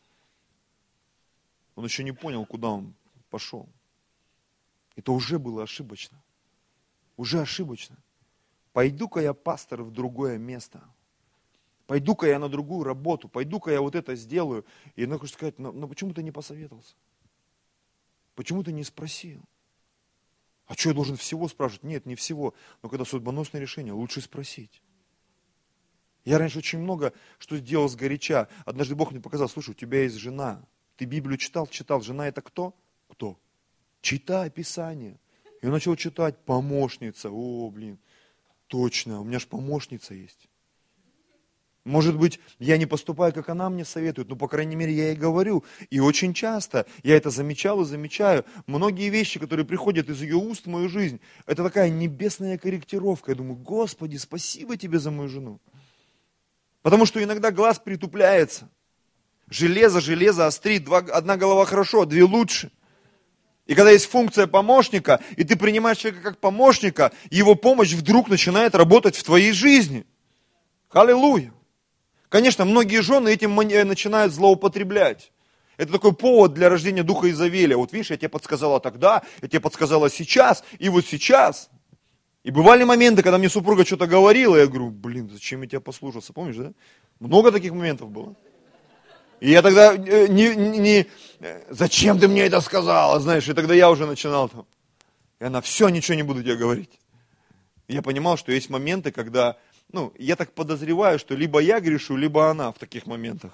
Он еще не понял, куда он пошел. Это уже было ошибочно. Уже ошибочно. Пойду-ка я, пастор, в другое место. Пойду-ка я на другую работу. Пойду-ка я вот это сделаю. И я хочу сказать, но, но почему ты не посоветовался? Почему ты не спросил? А что я должен всего спрашивать? Нет, не всего. Но когда судьбоносное решение, лучше спросить. Я раньше очень много что сделал сгоряча. Однажды Бог мне показал, слушай, у тебя есть жена. Ты Библию читал? Читал. Жена это кто? Кто? Читай Писание. И он начал читать. Помощница. О, блин. Точно, у меня же помощница есть. Может быть, я не поступаю, как она мне советует, но, по крайней мере, я ей говорю. И очень часто я это замечал и замечаю. Многие вещи, которые приходят из ее уст в мою жизнь, это такая небесная корректировка. Я думаю, Господи, спасибо тебе за мою жену. Потому что иногда глаз притупляется. Железо, железо острит. Два, одна голова хорошо, две лучше. И когда есть функция помощника, и ты принимаешь человека как помощника, его помощь вдруг начинает работать в твоей жизни. Аллилуйя. Конечно, многие жены этим начинают злоупотреблять. Это такой повод для рождения духа Изавеля. Вот видишь, я тебе подсказала тогда, я тебе подсказала сейчас, и вот сейчас. И бывали моменты, когда мне супруга что-то говорила, я говорю, блин, зачем я тебя послушался, помнишь, да? Много таких моментов было. И я тогда не, не, не зачем ты мне это сказала, знаешь, и тогда я уже начинал там. И она, все, ничего не буду тебе говорить. И я понимал, что есть моменты, когда, ну, я так подозреваю, что либо я грешу, либо она в таких моментах.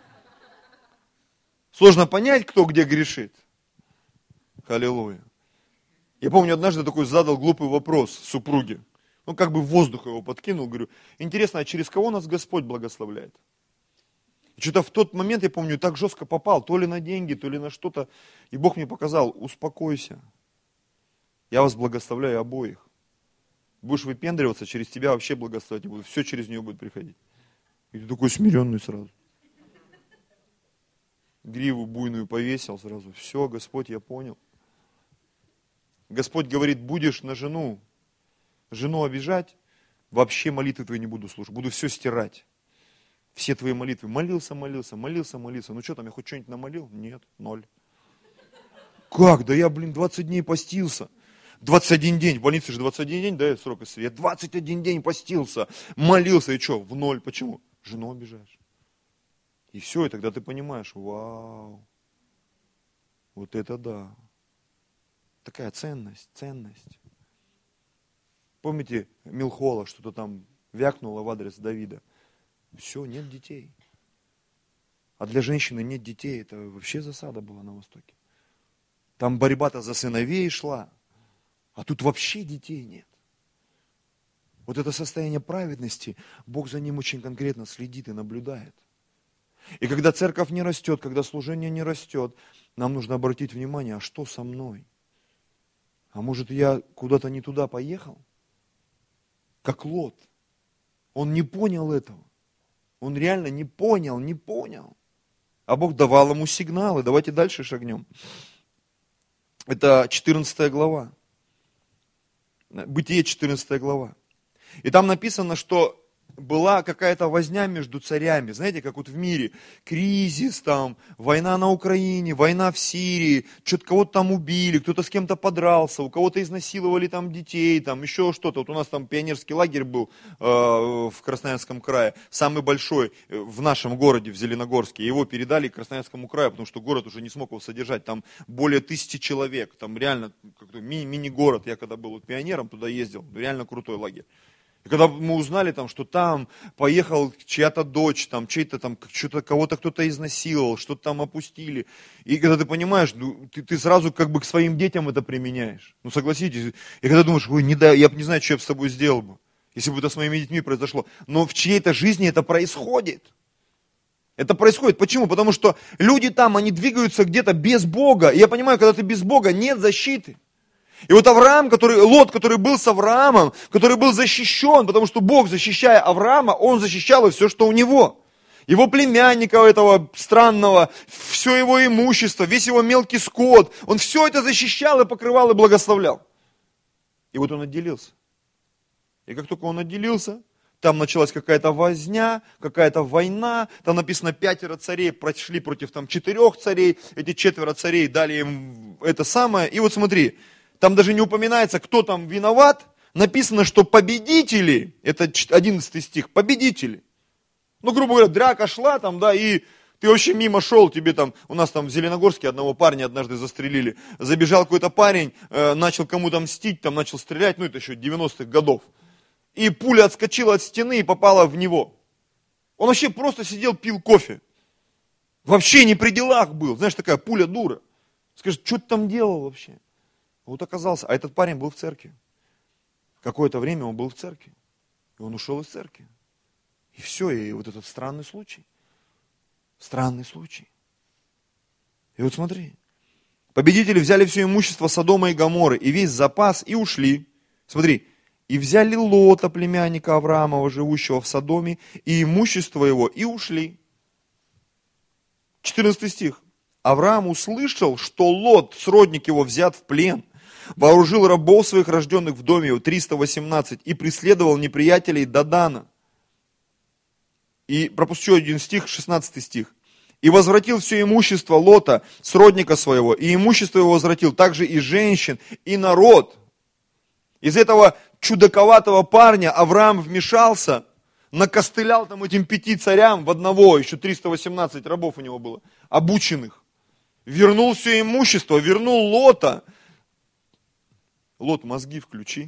Сложно понять, кто где грешит. Аллилуйя. Я помню, однажды такой задал глупый вопрос супруге. Ну, как бы в воздух его подкинул, говорю, интересно, а через кого нас Господь благословляет? И что-то в тот момент, я помню, так жестко попал, то ли на деньги, то ли на что-то. И Бог мне показал, успокойся. Я вас благословляю обоих. Будешь выпендриваться, через тебя вообще благословлять не буду. Все через нее будет приходить. И ты такой смиренный сразу. Гриву буйную повесил сразу. Все, Господь, я понял. Господь говорит, будешь на жену, жену обижать, вообще молитвы твои не буду слушать, буду все стирать. Все твои молитвы. Молился, молился, молился, молился. Ну что там, я хоть что-нибудь намолил? Нет, ноль. Как? Да я, блин, двадцать дней постился. двадцать один день, в больнице же двадцать один день, да, срок исцеления. Я двадцать один день постился, молился, и что, в ноль. Почему? Жену обижаешь. И все, и тогда ты понимаешь, вау, вот это да. Такая ценность, ценность. Помните, Милхола что-то там вякнула в адрес Давида? Все, нет детей. А для женщины нет детей, это вообще засада была на Востоке. Там борьба-то за сыновей шла, а тут вообще детей нет. Вот это состояние праведности, Бог за ним очень конкретно следит и наблюдает. И когда церковь не растет, когда служение не растет, нам нужно обратить внимание, а что со мной? А может, я куда-то не туда поехал? Как Лот. Он не понял этого. Он реально не понял, не понял. А Бог давал ему сигналы. Давайте дальше шагнем. Это четырнадцатая глава. Бытие четырнадцатая глава. И там написано, что была какая-то возня между царями. Знаете, как вот в мире. Кризис там, война на Украине, война в Сирии. Что-то кого-то там убили, кто-то с кем-то подрался, у кого-то изнасиловали там детей, там еще что-то. Вот у нас там пионерский лагерь был э, в Красноярском крае. Самый большой в нашем городе, в Зеленогорске. Его передали Красноярскому краю, потому что город уже не смог его содержать. Там более тысячи человек. Там реально ми- мини-город. Я когда был вот пионером, туда ездил. Реально крутой лагерь. И когда мы узнали, там, что там поехал чья-то дочь, там, чей-то там, что-то, кого-то кто-то изнасиловал, что-то там опустили. И когда ты понимаешь, ну, ты, ты сразу как бы к своим детям это применяешь. Ну согласитесь. И когда думаешь, ой, не дай, я бы не знаю, что я бы с тобой сделал бы, если бы это с моими детьми произошло. Но в чьей-то жизни это происходит. Это происходит. Почему? Потому что люди там, они двигаются где-то без Бога. И я понимаю, когда ты без Бога, нет защиты. И вот Авраам, который, Лот, который был с Авраамом, который был защищен, потому что Бог, защищая Авраама, он защищал и все, что у него. Его племянника этого странного, все его имущество, весь его мелкий скот, он все это защищал и покрывал и благословлял. И вот он отделился. И как только он отделился, там началась какая-то возня, какая-то война, там написано, пятеро царей прошли против там четырех царей, эти четверо царей дали им это самое. И вот смотри, там даже не упоминается, кто там виноват, написано, что победители, это одиннадцатый стих, победители. Ну, грубо говоря, драка шла там, да, и ты вообще мимо шел, тебе там, у нас там в Зеленогорске одного парня однажды застрелили. Забежал какой-то парень, э, начал кому-то мстить, там начал стрелять, ну, это еще девяностых годов. И пуля отскочила от стены и попала в него. Он вообще просто сидел, пил кофе. Вообще не при делах был, знаешь, такая пуля дура. Скажет, что ты там делал вообще? Вот оказался, а этот парень был в церкви. Какое-то время он был в церкви. И он ушел из церкви. И все, и вот этот странный случай. Странный случай. И вот смотри. Победители взяли все имущество Содома и Гоморры, и весь запас, и ушли. Смотри. И взяли Лота, племянника Авраамова, живущего в Содоме, и имущество его, и ушли. четырнадцатый стих. Авраам услышал, что Лот, сродник его, взят в плен, вооружил рабов своих, рожденных в доме его, триста восемнадцать, и преследовал неприятелей до Дана. И пропущу один стих, шестнадцатый стих. И возвратил все имущество Лота, сродника своего, и имущество его возвратил, также и женщин, и народ. Из этого чудаковатого парня Авраам вмешался, накостылял там этим пяти царям в одного, еще триста восемнадцать рабов у него было, обученных. Вернул все имущество, вернул Лота. Лот, мозги включи.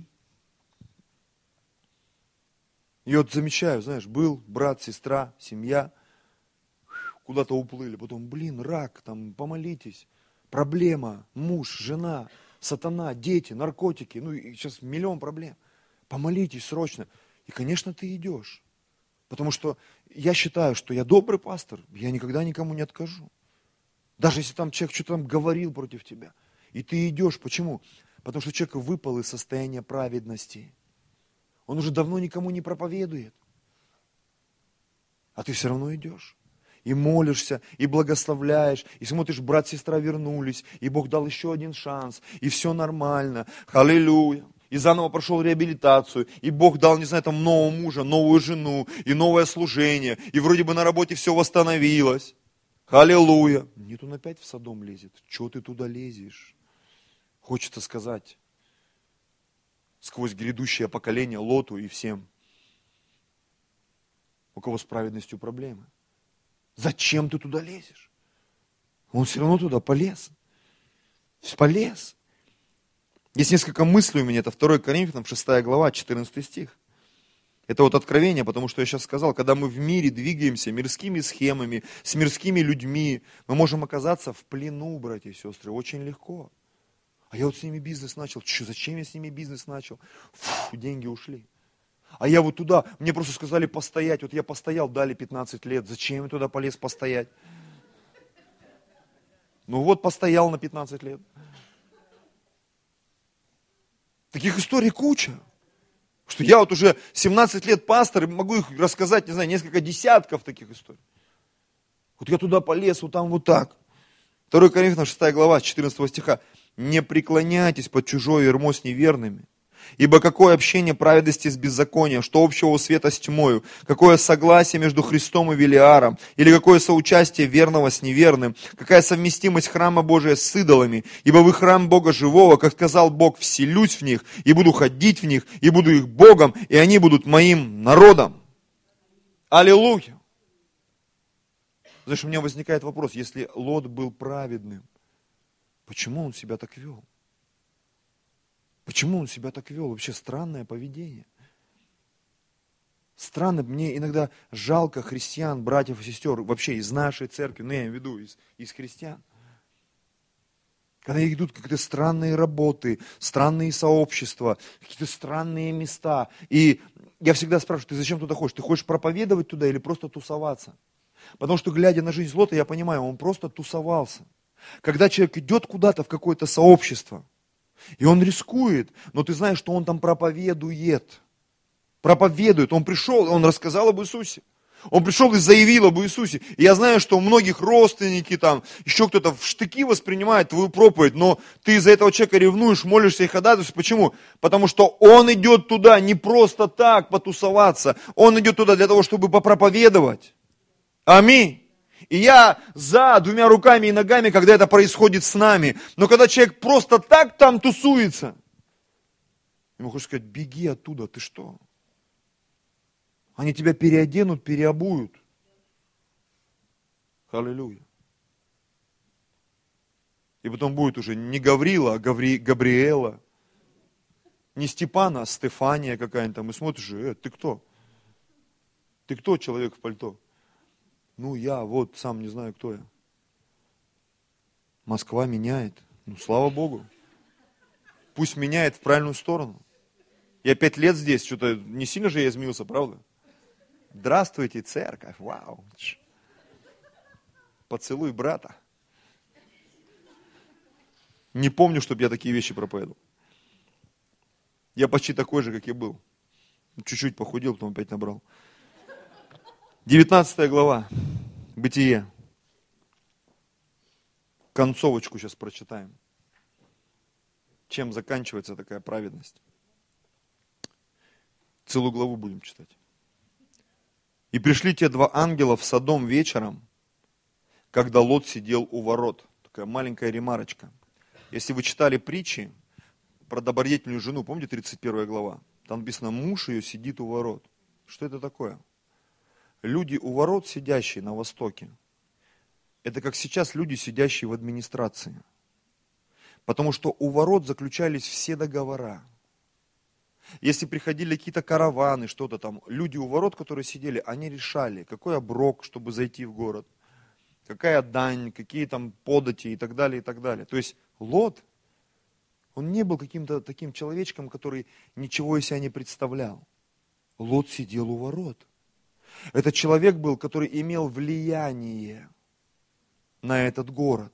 И вот замечаю, знаешь, был брат, сестра, семья, куда-то уплыли, потом, блин, рак, там, помолитесь, проблема, муж, жена, сатана, дети, наркотики, ну, и сейчас миллион проблем. Помолитесь срочно. И, конечно, ты идешь. Потому что я считаю, что я добрый пастор, я никогда никому не откажу. Даже если там человек что-то там говорил против тебя. И ты идешь. Почему? Потому что человек выпал из состояния праведности. Он уже давно никому не проповедует. А ты все равно идешь. И молишься, и благословляешь, и смотришь, брат, сестра вернулись, и Бог дал еще один шанс, и все нормально. Аллилуйя. И заново прошел реабилитацию, и Бог дал, не знаю, там нового мужа, новую жену, и новое служение, и вроде бы на работе все восстановилось. Аллилуйя. Нет, он опять в Содом лезет. Чего ты туда лезешь? Хочется сказать сквозь грядущее поколение Лоту и всем, у кого с праведностью проблемы. Зачем ты туда лезешь? Он все равно туда полез. Полез. Есть несколько мыслей у меня. Это второе Коринфянам, шестая глава, четырнадцатый стих. Это вот откровение, потому что я сейчас сказал, когда мы в мире двигаемся мирскими схемами, с мирскими людьми, мы можем оказаться в плену, братья и сестры, очень легко. А я вот с ними бизнес начал. Че, зачем я с ними бизнес начал? Фу, деньги ушли. А я вот туда, мне просто сказали постоять. Вот я постоял, дали пятнадцать лет. Зачем я туда полез постоять? Ну вот постоял на пятнадцать лет. Таких историй куча. Что я вот уже семнадцать лет пастор, и могу их рассказать, не знаю, несколько десятков таких историй. Вот я туда полез, вот там вот так. второе Коринфянам, шестая глава, четырнадцатого стиха. Не преклоняйтесь под чужое ярмо с неверными. Ибо какое общение праведности с беззаконием, что общего у света с тьмою, какое согласие между Христом и Велиаром, или какое соучастие верного с неверным, какая совместимость храма Божия с идолами, ибо вы храм Бога живого, как сказал Бог, вселюсь в них, и буду ходить в них, и буду их Богом, и они будут моим народом. Аллилуйя! Знаешь, у меня возникает вопрос, если Лот был праведным, почему он себя так вел? Почему он себя так вел? Вообще странное поведение. Странно, мне иногда жалко христиан, братьев и сестер, вообще из нашей церкви, ну я имею в виду из, из христиан. Когда идут какие-то странные работы, странные сообщества, какие-то странные места. И я всегда спрашиваю, ты зачем туда ходишь? Ты хочешь проповедовать туда или просто тусоваться? Потому что, глядя на жизнь Лота, я понимаю, он просто тусовался. Когда человек идет куда-то в какое-то сообщество, и он рискует, но ты знаешь, что он там проповедует. Проповедует. Он пришел, он рассказал об Иисусе. Он пришел и заявил об Иисусе. И я знаю, что у многих родственники, там, еще кто-то в штыки воспринимает твою проповедь, но ты из-за этого человека ревнуешь, молишься и ходатайствуешь. Почему? Потому что он идет туда не просто так потусоваться. Он идет туда для того, чтобы попроповедовать. Аминь. И я за двумя руками и ногами, когда это происходит с нами. Но когда человек просто так там тусуется, ему хочется сказать: беги оттуда, ты что? Они тебя переоденут, переобуют. Аллилуйя. И потом будет уже не Гаврила, а Гаври, Габриэла. Не Степана, а Стефания какая-нибудь там. И смотришь: э, ты кто? Ты кто, человек в пальто? Ну, я вот сам не знаю, кто я. Москва меняет. Ну, слава Богу. Пусть меняет в правильную сторону. Я пять лет здесь, что-то не сильно же я изменился, правда? Здравствуйте, церковь, вау. Поцелуй брата. Не помню, чтобы я такие вещи проповедовал. Я почти такой же, как и был. Чуть-чуть похудел, потом опять набрал. девятнадцатая глава. Бытие. Концовочку сейчас прочитаем. Чем заканчивается такая праведность? Целую главу будем читать. И пришли те два ангела в Содом вечером, когда Лот сидел у ворот. Такая маленькая ремарочка. Если вы читали притчи про добродетельную жену, помните тридцать первая глава? Там написано: муж ее сидит у ворот. Что это такое? Люди у ворот, сидящие на востоке, это как сейчас люди, сидящие в администрации. Потому что у ворот заключались все договора. Если приходили какие-то караваны, что-то там, люди у ворот, которые сидели, они решали, какой оброк, чтобы зайти в город, какая дань, какие там подати и так далее, и так далее. То есть Лот, он не был каким-то таким человечком, который ничего из себя не представлял. Лот сидел у ворот. Это человек был, который имел влияние на этот город.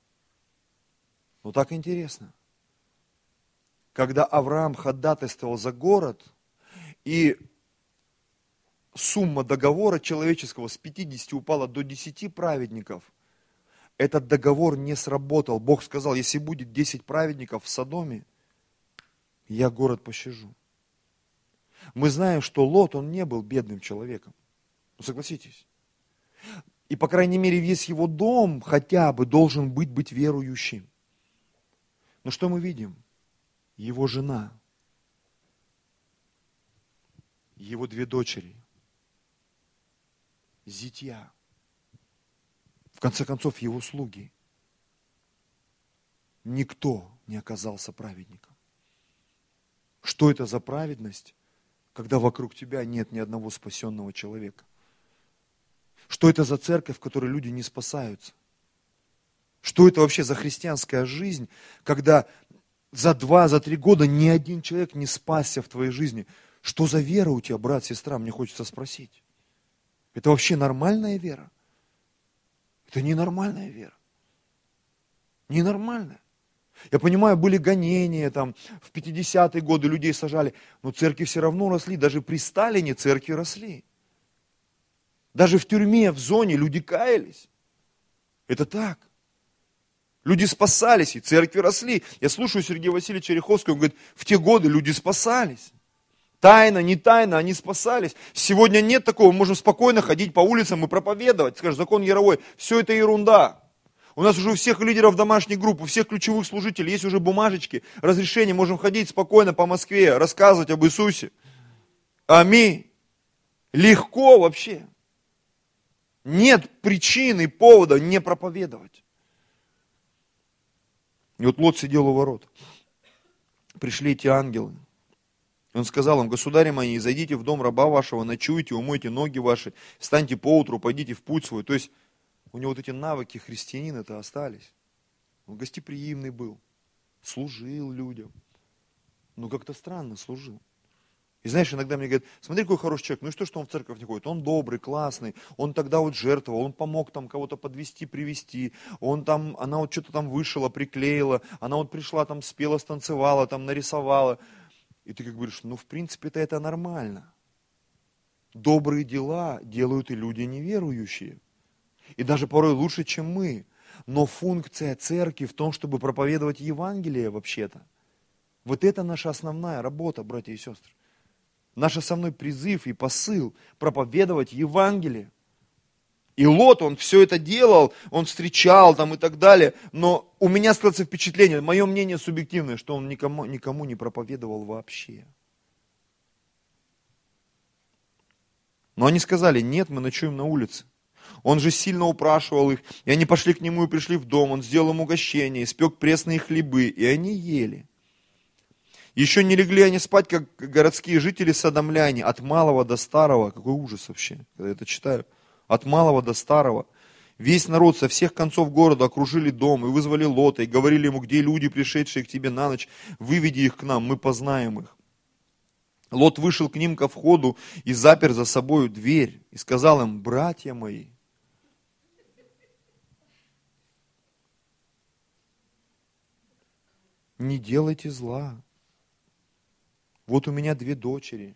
Но так интересно. Когда Авраам ходатайствовал за город, и сумма договора человеческого с пятидесяти упала до десяти праведников, этот договор не сработал. Бог сказал: если будет десять праведников в Содоме, я город пощажу. Мы знаем, что Лот, он не был бедным человеком. Ну, согласитесь. И, по крайней мере, весь его дом хотя бы должен быть, быть верующим. Но что мы видим? Его жена, его две дочери, зятья, в конце концов, его слуги. Никто не оказался праведником. Что это за праведность, когда вокруг тебя нет ни одного спасенного человека? Что это за церковь, в которой люди не спасаются? Что это вообще за христианская жизнь, когда за два, за три года ни один человек не спасся в твоей жизни? Что за вера у тебя, брат, сестра, мне хочется спросить. Это вообще нормальная вера? Это ненормальная вера. Ненормальная. Я понимаю, были гонения, там, в пятидесятые годы людей сажали, но церкви все равно росли, даже при Сталине церкви росли. Даже в тюрьме, в зоне люди каялись. Это так. Люди спасались, и церкви росли. Я слушаю Сергея Васильевича Риховского, он говорит, в те годы люди спасались. Тайно, не тайно, они спасались. Сегодня нет такого, мы можем спокойно ходить по улицам и проповедовать. Скажешь, закон Яровой, все это ерунда. У нас уже у всех лидеров домашних групп, у всех ключевых служителей есть уже бумажечки, разрешение, можем ходить спокойно по Москве, рассказывать об Иисусе. Аминь. Легко вообще. Нет причины, повода не проповедовать. И вот Лот сидел у ворот. Пришли эти ангелы. Он сказал им, государи мои, зайдите в дом раба вашего, ночуйте, умойте ноги ваши, встаньте поутру, пойдите в путь свой. То есть у него вот эти навыки христианина-то остались. Он гостеприимный был, служил людям. Но как-то странно служил. И знаешь, иногда мне говорят, смотри, какой хороший человек, ну и что, что он в церковь не ходит? Он добрый, классный, он тогда вот жертвовал, он помог там кого-то подвести, привести, он там, она вот что-то там вышила, приклеила, она вот пришла там, спела, станцевала, там нарисовала. И ты как говоришь, ну в принципе-то это нормально. Добрые дела делают и люди неверующие. И даже порой лучше, чем мы. Но функция церкви в том, чтобы проповедовать Евангелие вообще-то. Вот это наша основная работа, братья и сестры. Наш основной призыв и посыл – проповедовать Евангелие. И Лот, он все это делал, он встречал там и так далее, но у меня складывается впечатление, мое мнение субъективное, что он никому, никому не проповедовал вообще. Но они сказали, нет, мы ночуем на улице. Он же сильно упрашивал их, и они пошли к нему и пришли в дом, он сделал им угощение, испек пресные хлебы, и они ели. Еще не легли они спать, как городские жители содомляне, от малого до старого. Какой ужас вообще, когда я это читаю. От малого до старого. Весь народ со всех концов города окружили дом и вызвали Лота, и говорили ему, где люди, пришедшие к тебе на ночь, выведи их к нам, мы познаем их. Лот вышел к ним ко входу и запер за собою дверь, и сказал им, братья мои, не делайте зла. Вот у меня две дочери,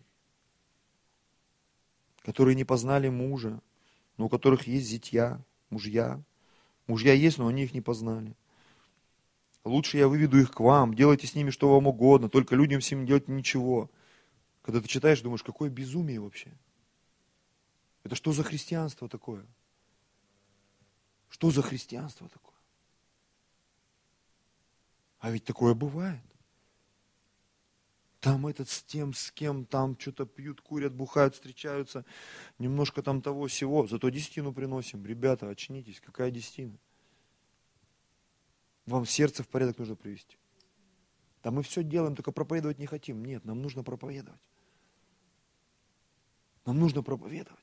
которые не познали мужа, но у которых есть зятья, мужья. Мужья есть, но они их не познали. Лучше я выведу их к вам, делайте с ними что вам угодно, только людям всем не делать ничего. Когда ты читаешь, думаешь, какое безумие вообще. Это что за христианство такое? Что за христианство такое? А ведь такое бывает. Там этот с тем, с кем, там что-то пьют, курят, бухают, встречаются, немножко там того всего. Зато десятину приносим. Ребята, очнитесь, какая десятина? Вам сердце в порядок нужно привести. Да мы все делаем, только проповедовать не хотим. Нет, нам нужно проповедовать. Нам нужно проповедовать.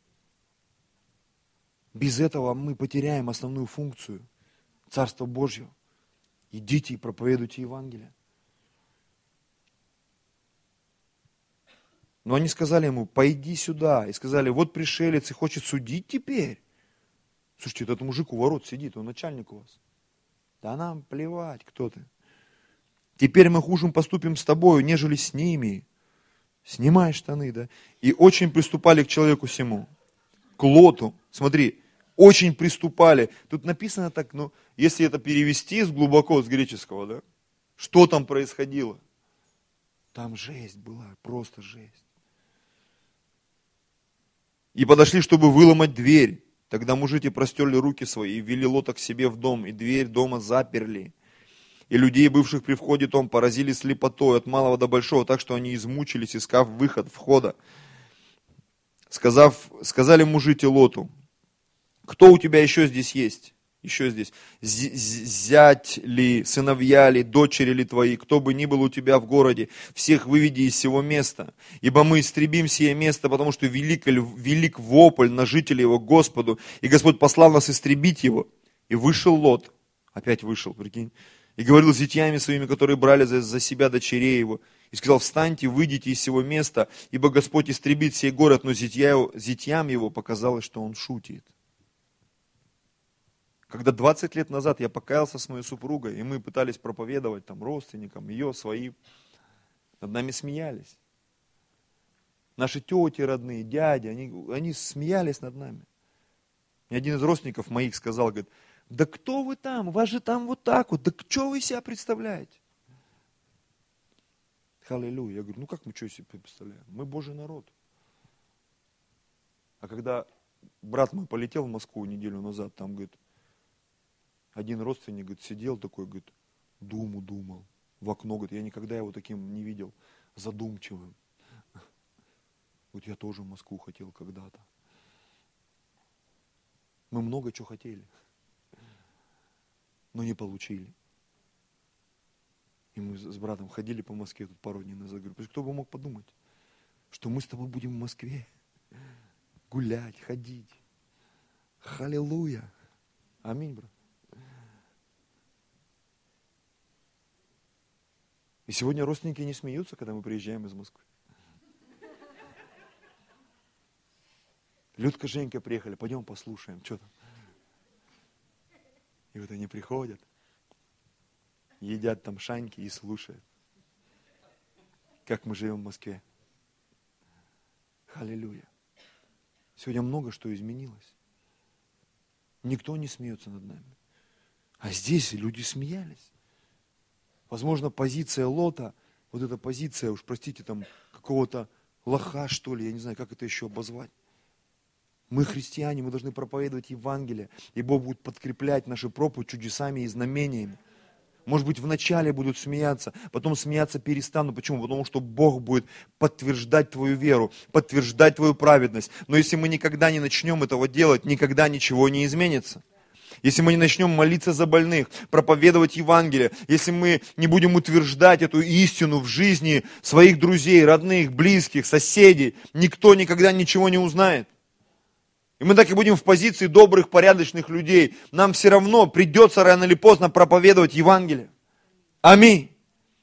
Без этого мы потеряем основную функцию Царства Божьего. Идите и проповедуйте Евангелие. Но они сказали ему, пойди сюда. И сказали, вот пришелец и хочет судить теперь. Слушайте, этот мужик у ворот сидит, он начальник у вас. Да нам плевать, кто ты. Теперь мы хуже поступим с тобою, нежели с ними. Снимай штаны, да. И очень приступали к человеку сему, к Лоту. Смотри, очень приступали. Тут написано так, ну, если это перевести с глубоко, с греческого, да, что там происходило? Там жесть была, просто жесть. И подошли, чтобы выломать дверь. Тогда мужики простерли руки свои и ввели Лота к себе в дом, и дверь дома заперли. И людей, бывших при входе том, поразили слепотой от малого до большого, так что они измучились, искав выход входа. Сказав, сказали мужики Лоту, кто у тебя еще здесь есть? Еще здесь. Зять ли, сыновья ли, дочери ли твои, кто бы ни был у тебя в городе, всех выведи из сего места. Ибо мы истребим сие место, потому что велик, велик вопль на жителей его Господу, и Господь послал нас истребить его. И вышел Лот, опять вышел, прикинь, и говорил с зятьями своими, которые брали за, за себя дочерей его, и сказал, встаньте, выйдите из сего места, ибо Господь истребит сей город, но зятья, зятьям его показалось, что он шутит. Когда двадцать лет назад я покаялся с моей супругой, и мы пытались проповедовать там родственникам, ее, своим, над нами смеялись. Наши тети родные, дяди, они, они смеялись над нами. И один из родственников моих сказал, говорит, да кто вы там, у вас же там вот так вот, да что вы себя представляете? Аллилуйя. Я говорю, ну как мы что себе представляем? Мы Божий народ. А когда брат мой полетел в Москву неделю назад, там, говорит, один родственник, говорит, сидел такой, говорит, думу думал, в окно, говорит, я никогда его таким не видел, задумчивым. Вот я тоже в Москву хотел когда-то. Мы много чего хотели, но не получили. И мы с братом ходили по Москве тут пару дней назад, говорю, кто бы мог подумать, что мы с тобой будем в Москве гулять, ходить. Аллилуйя. Аминь, брат. И сегодня родственники не смеются, когда мы приезжаем из Москвы. Людка, Женька приехали, пойдем послушаем, что там. И вот они приходят, едят там шаньки и слушают, как мы живем в Москве. Аллилуйя. Сегодня много что изменилось. Никто не смеется над нами. А здесь люди смеялись. Возможно, позиция Лота, вот эта позиция, уж простите, там какого-то лоха, что ли, я не знаю, как это еще обозвать. Мы христиане, мы должны проповедовать Евангелие, и Бог будет подкреплять нашу проповедь чудесами и знамениями. Может быть, вначале будут смеяться, потом смеяться перестанут. Почему? Потому что Бог будет подтверждать твою веру, подтверждать твою праведность. Но если мы никогда не начнем этого делать, никогда ничего не изменится. Если мы не начнем молиться за больных, проповедовать Евангелие, если мы не будем утверждать эту истину в жизни своих друзей, родных, близких, соседей, никто никогда ничего не узнает. И мы так и будем в позиции добрых, порядочных людей. Нам все равно придется рано или поздно проповедовать Евангелие. Аминь.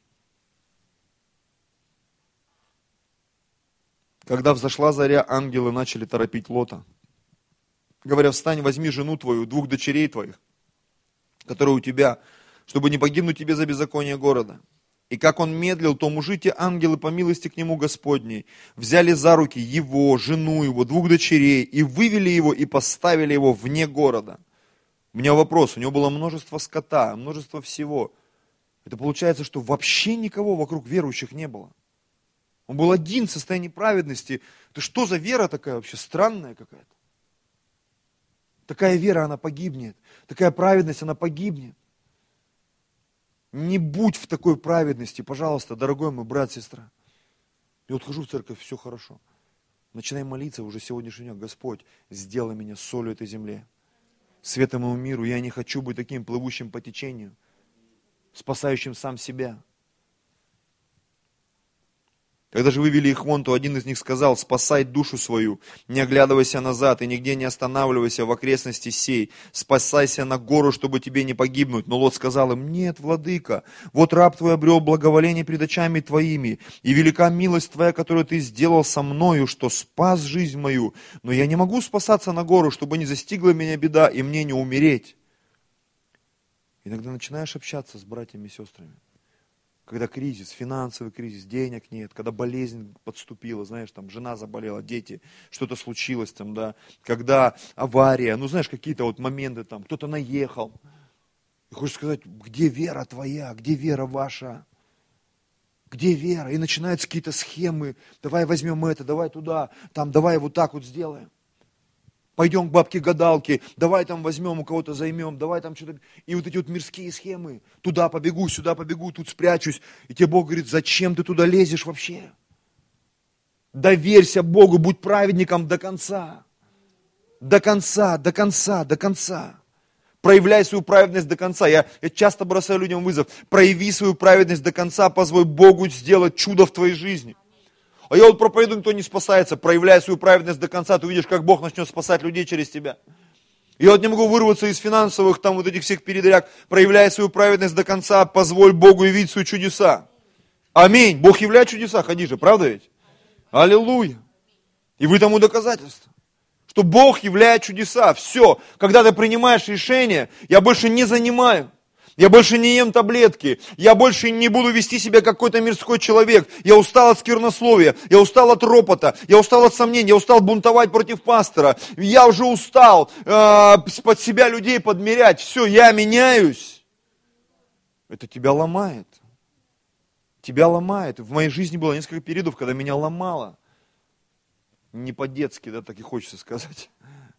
Когда взошла заря, ангелы начали торопить Лота. Говоря, встань, возьми жену твою, двух дочерей твоих, которые у тебя, чтобы не погибнуть тебе за беззаконие города. И как он медлил, то мужи те ангелы по милости к нему Господней взяли за руки его, жену его, двух дочерей, и вывели его, и поставили его вне города. У меня вопрос, у него было множество скота, множество всего. Это получается, что вообще никого вокруг верующих не было. Он был один в состоянии праведности. Это что за вера такая вообще странная какая-то? Такая вера, она погибнет. Такая праведность, она погибнет. Не будь в такой праведности, пожалуйста, дорогой мой брат, сестра. Я вот хожу в церковь, все хорошо. Начинай молиться уже сегодняшний день. Господь, сделай меня солью этой земли, светом моему миру. Я не хочу быть таким плывущим по течению, спасающим сам себя. Когда же вывели их вон, то один из них сказал: спасай душу свою, не оглядывайся назад и нигде не останавливайся в окрестности сей, спасайся на гору, чтобы тебе не погибнуть. Но Лот сказал им: нет, владыка, вот раб твой обрел благоволение пред очами твоими, и велика милость твоя, которую ты сделал со мною, что спас жизнь мою, но я не могу спасаться на гору, чтобы не застигла меня беда и мне не умереть. Иногда начинаешь общаться с братьями и сестрами. Когда кризис, финансовый кризис, денег нет, когда болезнь подступила, знаешь, там жена заболела, дети, что-то случилось там, да, когда авария, ну знаешь, какие-то вот моменты там, кто-то наехал. И хочешь сказать, где вера твоя, где вера ваша? Где вера? И начинаются какие-то схемы, давай возьмем это, давай туда, там, давай вот так вот сделаем. Пойдем к бабке-гадалке, давай там возьмем, у кого-то займем, давай там что-то. И вот эти вот мирские схемы. Туда побегу, сюда побегу, тут спрячусь. И тебе Бог говорит: зачем ты туда лезешь вообще? Доверься Богу, будь праведником до конца. До конца, до конца, до конца. Проявляй свою праведность до конца. Я, я часто бросаю людям вызов. Прояви свою праведность до конца, позволь Богу сделать чудо в твоей жизни. А я вот проповедую, никто не спасается. Проявляй свою праведность до конца, ты увидишь, как Бог начнет спасать людей через тебя. Я вот не могу вырваться из финансовых, там вот этих всех передряг. Проявляй свою праведность до конца, позволь Богу явить свои чудеса. Аминь. Бог являет чудеса, ходи же, правда ведь? Аллилуйя. И вы тому доказательство, что Бог являет чудеса. Все, когда ты принимаешь решение, я больше не занимаю. Я больше не ем таблетки, я больше не буду вести себя как какой-то мирской человек. Я устал от сквернословия, я устал от ропота, я устал от сомнений, я устал бунтовать против пастора. Я уже устал э, под себя людей подмерять. Все, я меняюсь. Это тебя ломает. Тебя ломает. В моей жизни было несколько периодов, когда меня ломало. Не по-детски, да, так и хочется сказать.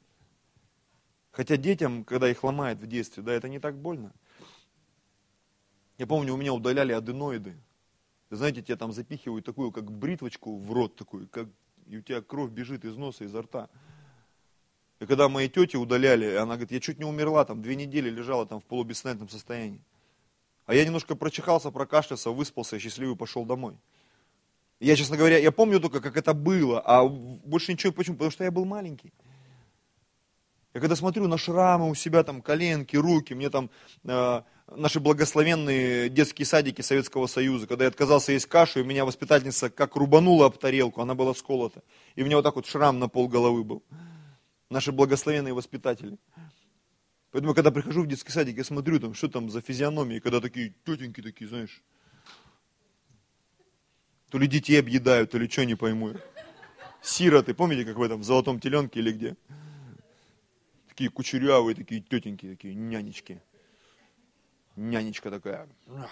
Хотя детям, когда их ломает в детстве, да, это не так больно. Я помню, у меня удаляли аденоиды. Знаете, тебя там запихивают такую, как бритвочку в рот, такую, как, и у тебя кровь бежит из носа, изо рта. И когда моей тете удаляли, она говорит, я чуть не умерла, там две недели лежала там в полубессознательном состоянии. А я немножко прочихался, прокашлялся, выспался, счастливый пошел домой. Я, честно говоря, я помню только, как это было, а больше ничего. Почему? Потому что я был маленький. Я когда смотрю на шрамы у себя, там коленки, руки, мне там э, наши благословенные детские садики Советского Союза, когда я отказался есть кашу, и меня воспитательница как рубанула об тарелку, она была сколота. И у меня вот так вот шрам на пол головы был. Наши благословенные воспитатели. Поэтому, когда прихожу в детский садик, я смотрю, там, что там за физиономии, когда такие тетеньки такие, знаешь, то ли детей объедают, то ли что, не пойму. Сироты, помните, как в этом, в «Золотом теленке» или где? Такие кучерявые, такие тетеньки, такие нянечки. Нянечка такая.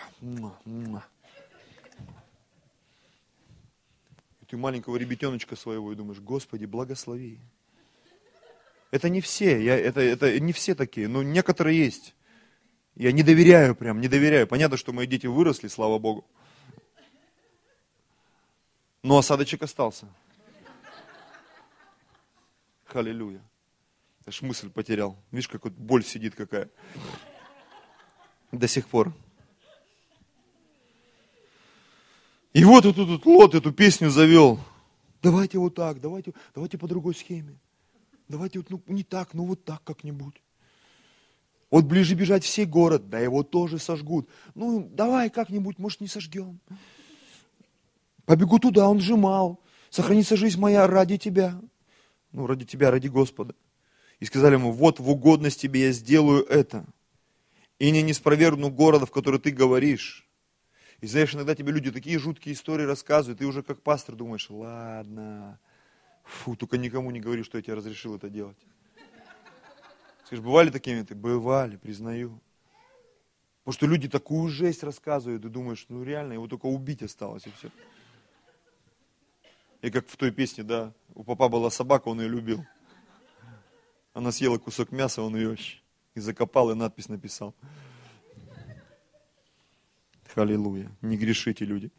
И ты маленького ребятеночка своего и думаешь, Господи, благослови. Это не все, я, это, это не все такие, но некоторые есть. Я не доверяю прям, не доверяю. Понятно, что мои дети выросли, слава Богу. Но осадочек остался. Аллилуйя. Аж мысль потерял. Видишь, как вот боль сидит какая. До сих пор. И вот тут вот, Лот эту песню завел. Давайте вот так, давайте, давайте по другой схеме. Давайте вот, ну, не так, ну вот так как-нибудь. Вот ближе бежать в сей город, да его тоже сожгут. Ну, давай как-нибудь, может, не сожгем. Побегу туда, он сжимал. Сохранится жизнь моя ради тебя. Ну, ради тебя, ради Господа. И сказали ему, вот в угодность тебе я сделаю это. И не неспровергну города, в который ты говоришь. И знаешь, иногда тебе люди такие жуткие истории рассказывают, ты уже как пастор думаешь, ладно, фу, только никому не говори, что я тебе разрешил это делать. Скажешь, бывали такие моменты? Бывали, признаю. Потому что люди такую жесть рассказывают, и думаешь, ну реально, его только убить осталось, и все. И как в той песне, да, у папа была собака, он ее любил. Она съела кусок мяса, он ее и закопал, и надпись написал. Аллилуйя. Не грешите, люди.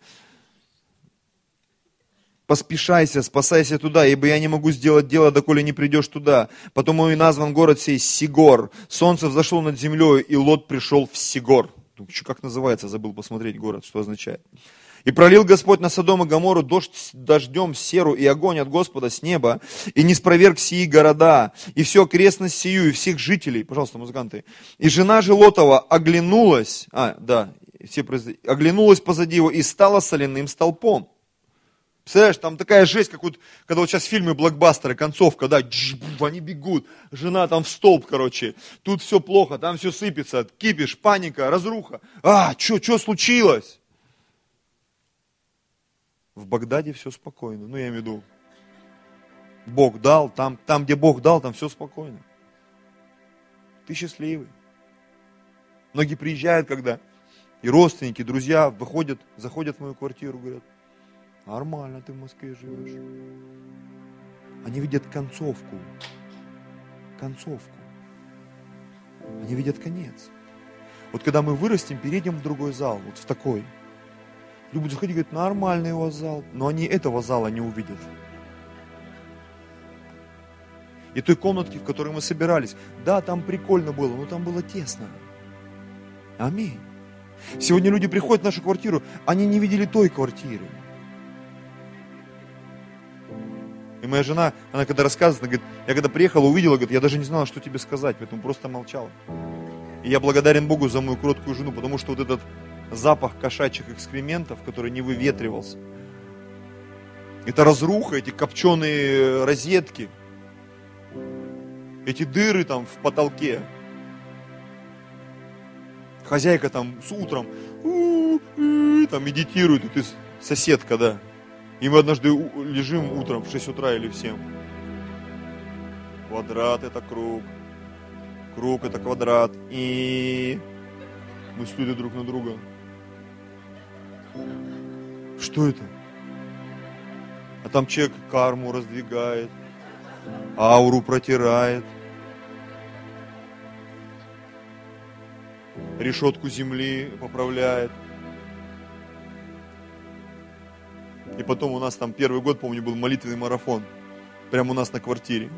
Поспешайся, спасайся туда, ибо я не могу сделать дело, доколе не придешь туда. Потому и назван город сей Сигор. Солнце взошло над землей, и Лот пришел в Сигор. Как называется, забыл посмотреть город, что означает. И пролил Господь на Содом и Гоморру дождь дождем, серу и огонь от Господа с неба, и не спроверг сии города, и всю окрестность сию, и всех жителей. Пожалуйста, музыканты. И жена же Лотова оглянулась, а, да, все произ... оглянулась позади его и стала соляным столпом. Представляешь, там такая жесть, как вот, когда вот сейчас фильмы блокбастеры, концовка, да, дж, они бегут, жена там в столб, короче, тут все плохо, там все сыпется, кипиш, паника, разруха. А, что, что случилось? В Багдаде все спокойно. Ну, я имею в виду, Бог дал, там, там, где Бог дал, там все спокойно. Ты счастливый. Многие приезжают, когда и родственники, друзья выходят, заходят в мою квартиру, говорят, нормально ты в Москве живешь. Они видят концовку. Концовку. Они видят конец. Вот когда мы вырастем, перейдем в другой зал, вот в такой. Люди будут заходить и говорят, нормальный у вас зал. Но они этого зала не увидят. И той комнатки, в которой мы собирались, да, там прикольно было, но там было тесно. Аминь. Сегодня люди приходят в нашу квартиру, они не видели той квартиры. И моя жена, она когда рассказывает, она говорит, я когда приехала, увидела, говорит, я даже не знала, что тебе сказать, поэтому просто молчала. И я благодарен Богу за мою кроткую жену, потому что вот этот запах кошачьих экскрементов, который не выветривался, это разруха, эти копченые розетки, эти дыры там в потолке. Хозяйка там с утром там медитирует, и ты соседка, да. И мы однажды лежим утром в шесть утра или в семь. Квадрат это круг. Круг это квадрат. И мы смотрим друг на друга. Что это? А там человек карму раздвигает, ауру протирает, решетку земли поправляет. И потом у нас там первый год, помню, был молитвенный марафон. Прямо у нас на квартире.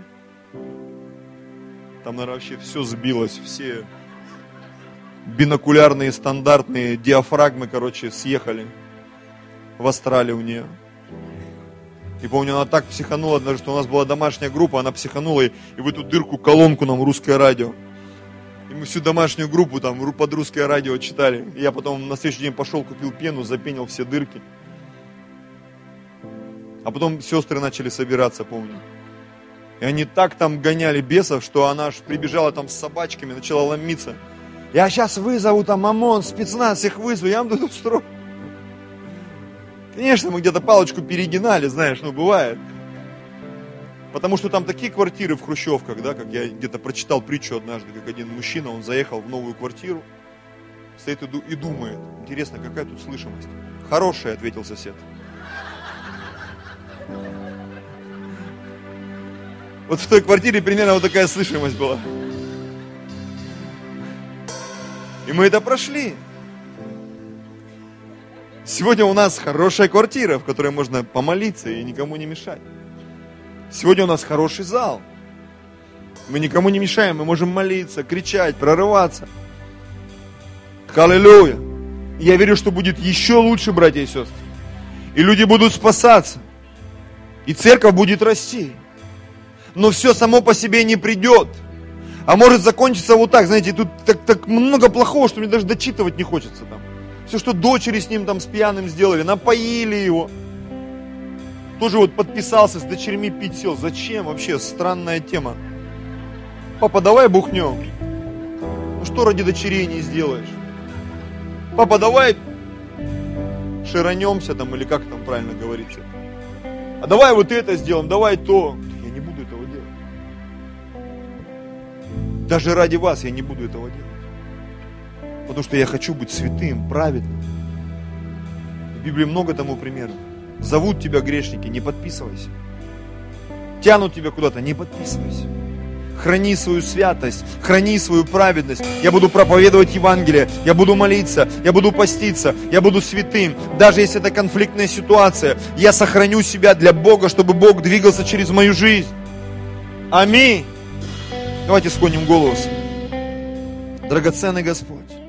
Там, наверное, вообще все сбилось, все бинокулярные, стандартные диафрагмы, короче, съехали в астрале у нее. И помню, она так психанула однажды, что у нас была домашняя группа, она психанула, и, и в эту дырку колонку нам русское радио. И мы всю домашнюю группу там под русское радио читали. И я потом на следующий день пошел, купил пену, запенил все дырки. А потом сестры начали собираться, помню. И они так там гоняли бесов, что она аж прибежала там с собачками, начала ломиться. Я сейчас вызову там ОМОН, спецназ, всех вызову, я вам тут устрою. Конечно, мы где-то палочку перегинали, знаешь, ну бывает. Потому что там такие квартиры в хрущевках, да, как я где-то прочитал притчу однажды, как один мужчина, он заехал в новую квартиру, стоит и думает, интересно, какая тут слышимость? Хорошая, ответил сосед. Вот в той квартире примерно вот такая слышимость была. И мы это прошли. Сегодня у нас хорошая квартира, в которой можно помолиться и никому не мешать. Сегодня у нас хороший зал. Мы никому не мешаем, мы можем молиться, кричать, прорываться. Аллилуйя! Я верю, что будет еще лучше, братья и сестры. И люди будут спасаться. И церковь будет расти. Но все само по себе не придет. А может закончиться вот так, знаете, тут так, так много плохого, что мне даже дочитывать не хочется там. Все, что дочери с ним там с пьяным сделали, напоили его. Тоже вот подписался, с дочерьми пить сел. Зачем вообще? Странная тема. Папа, давай бухнем. Ну что ради дочерей не сделаешь? Папа, давай ширанемся там, или как там правильно говорится. А давай вот это сделаем, давай то. Я не буду этого делать. Даже ради вас я не буду этого делать. Потому что я хочу быть святым, праведным. В Библии много тому примеров. Зовут тебя грешники, не подписывайся. Тянут тебя куда-то, не подписывайся. Храни свою святость, храни свою праведность. Я буду проповедовать Евангелие, я буду молиться, я буду поститься, я буду святым. Даже если это конфликтная ситуация, я сохраню себя для Бога, чтобы Бог двигался через мою жизнь. Аминь. Давайте склоним голову. Драгоценный Господь,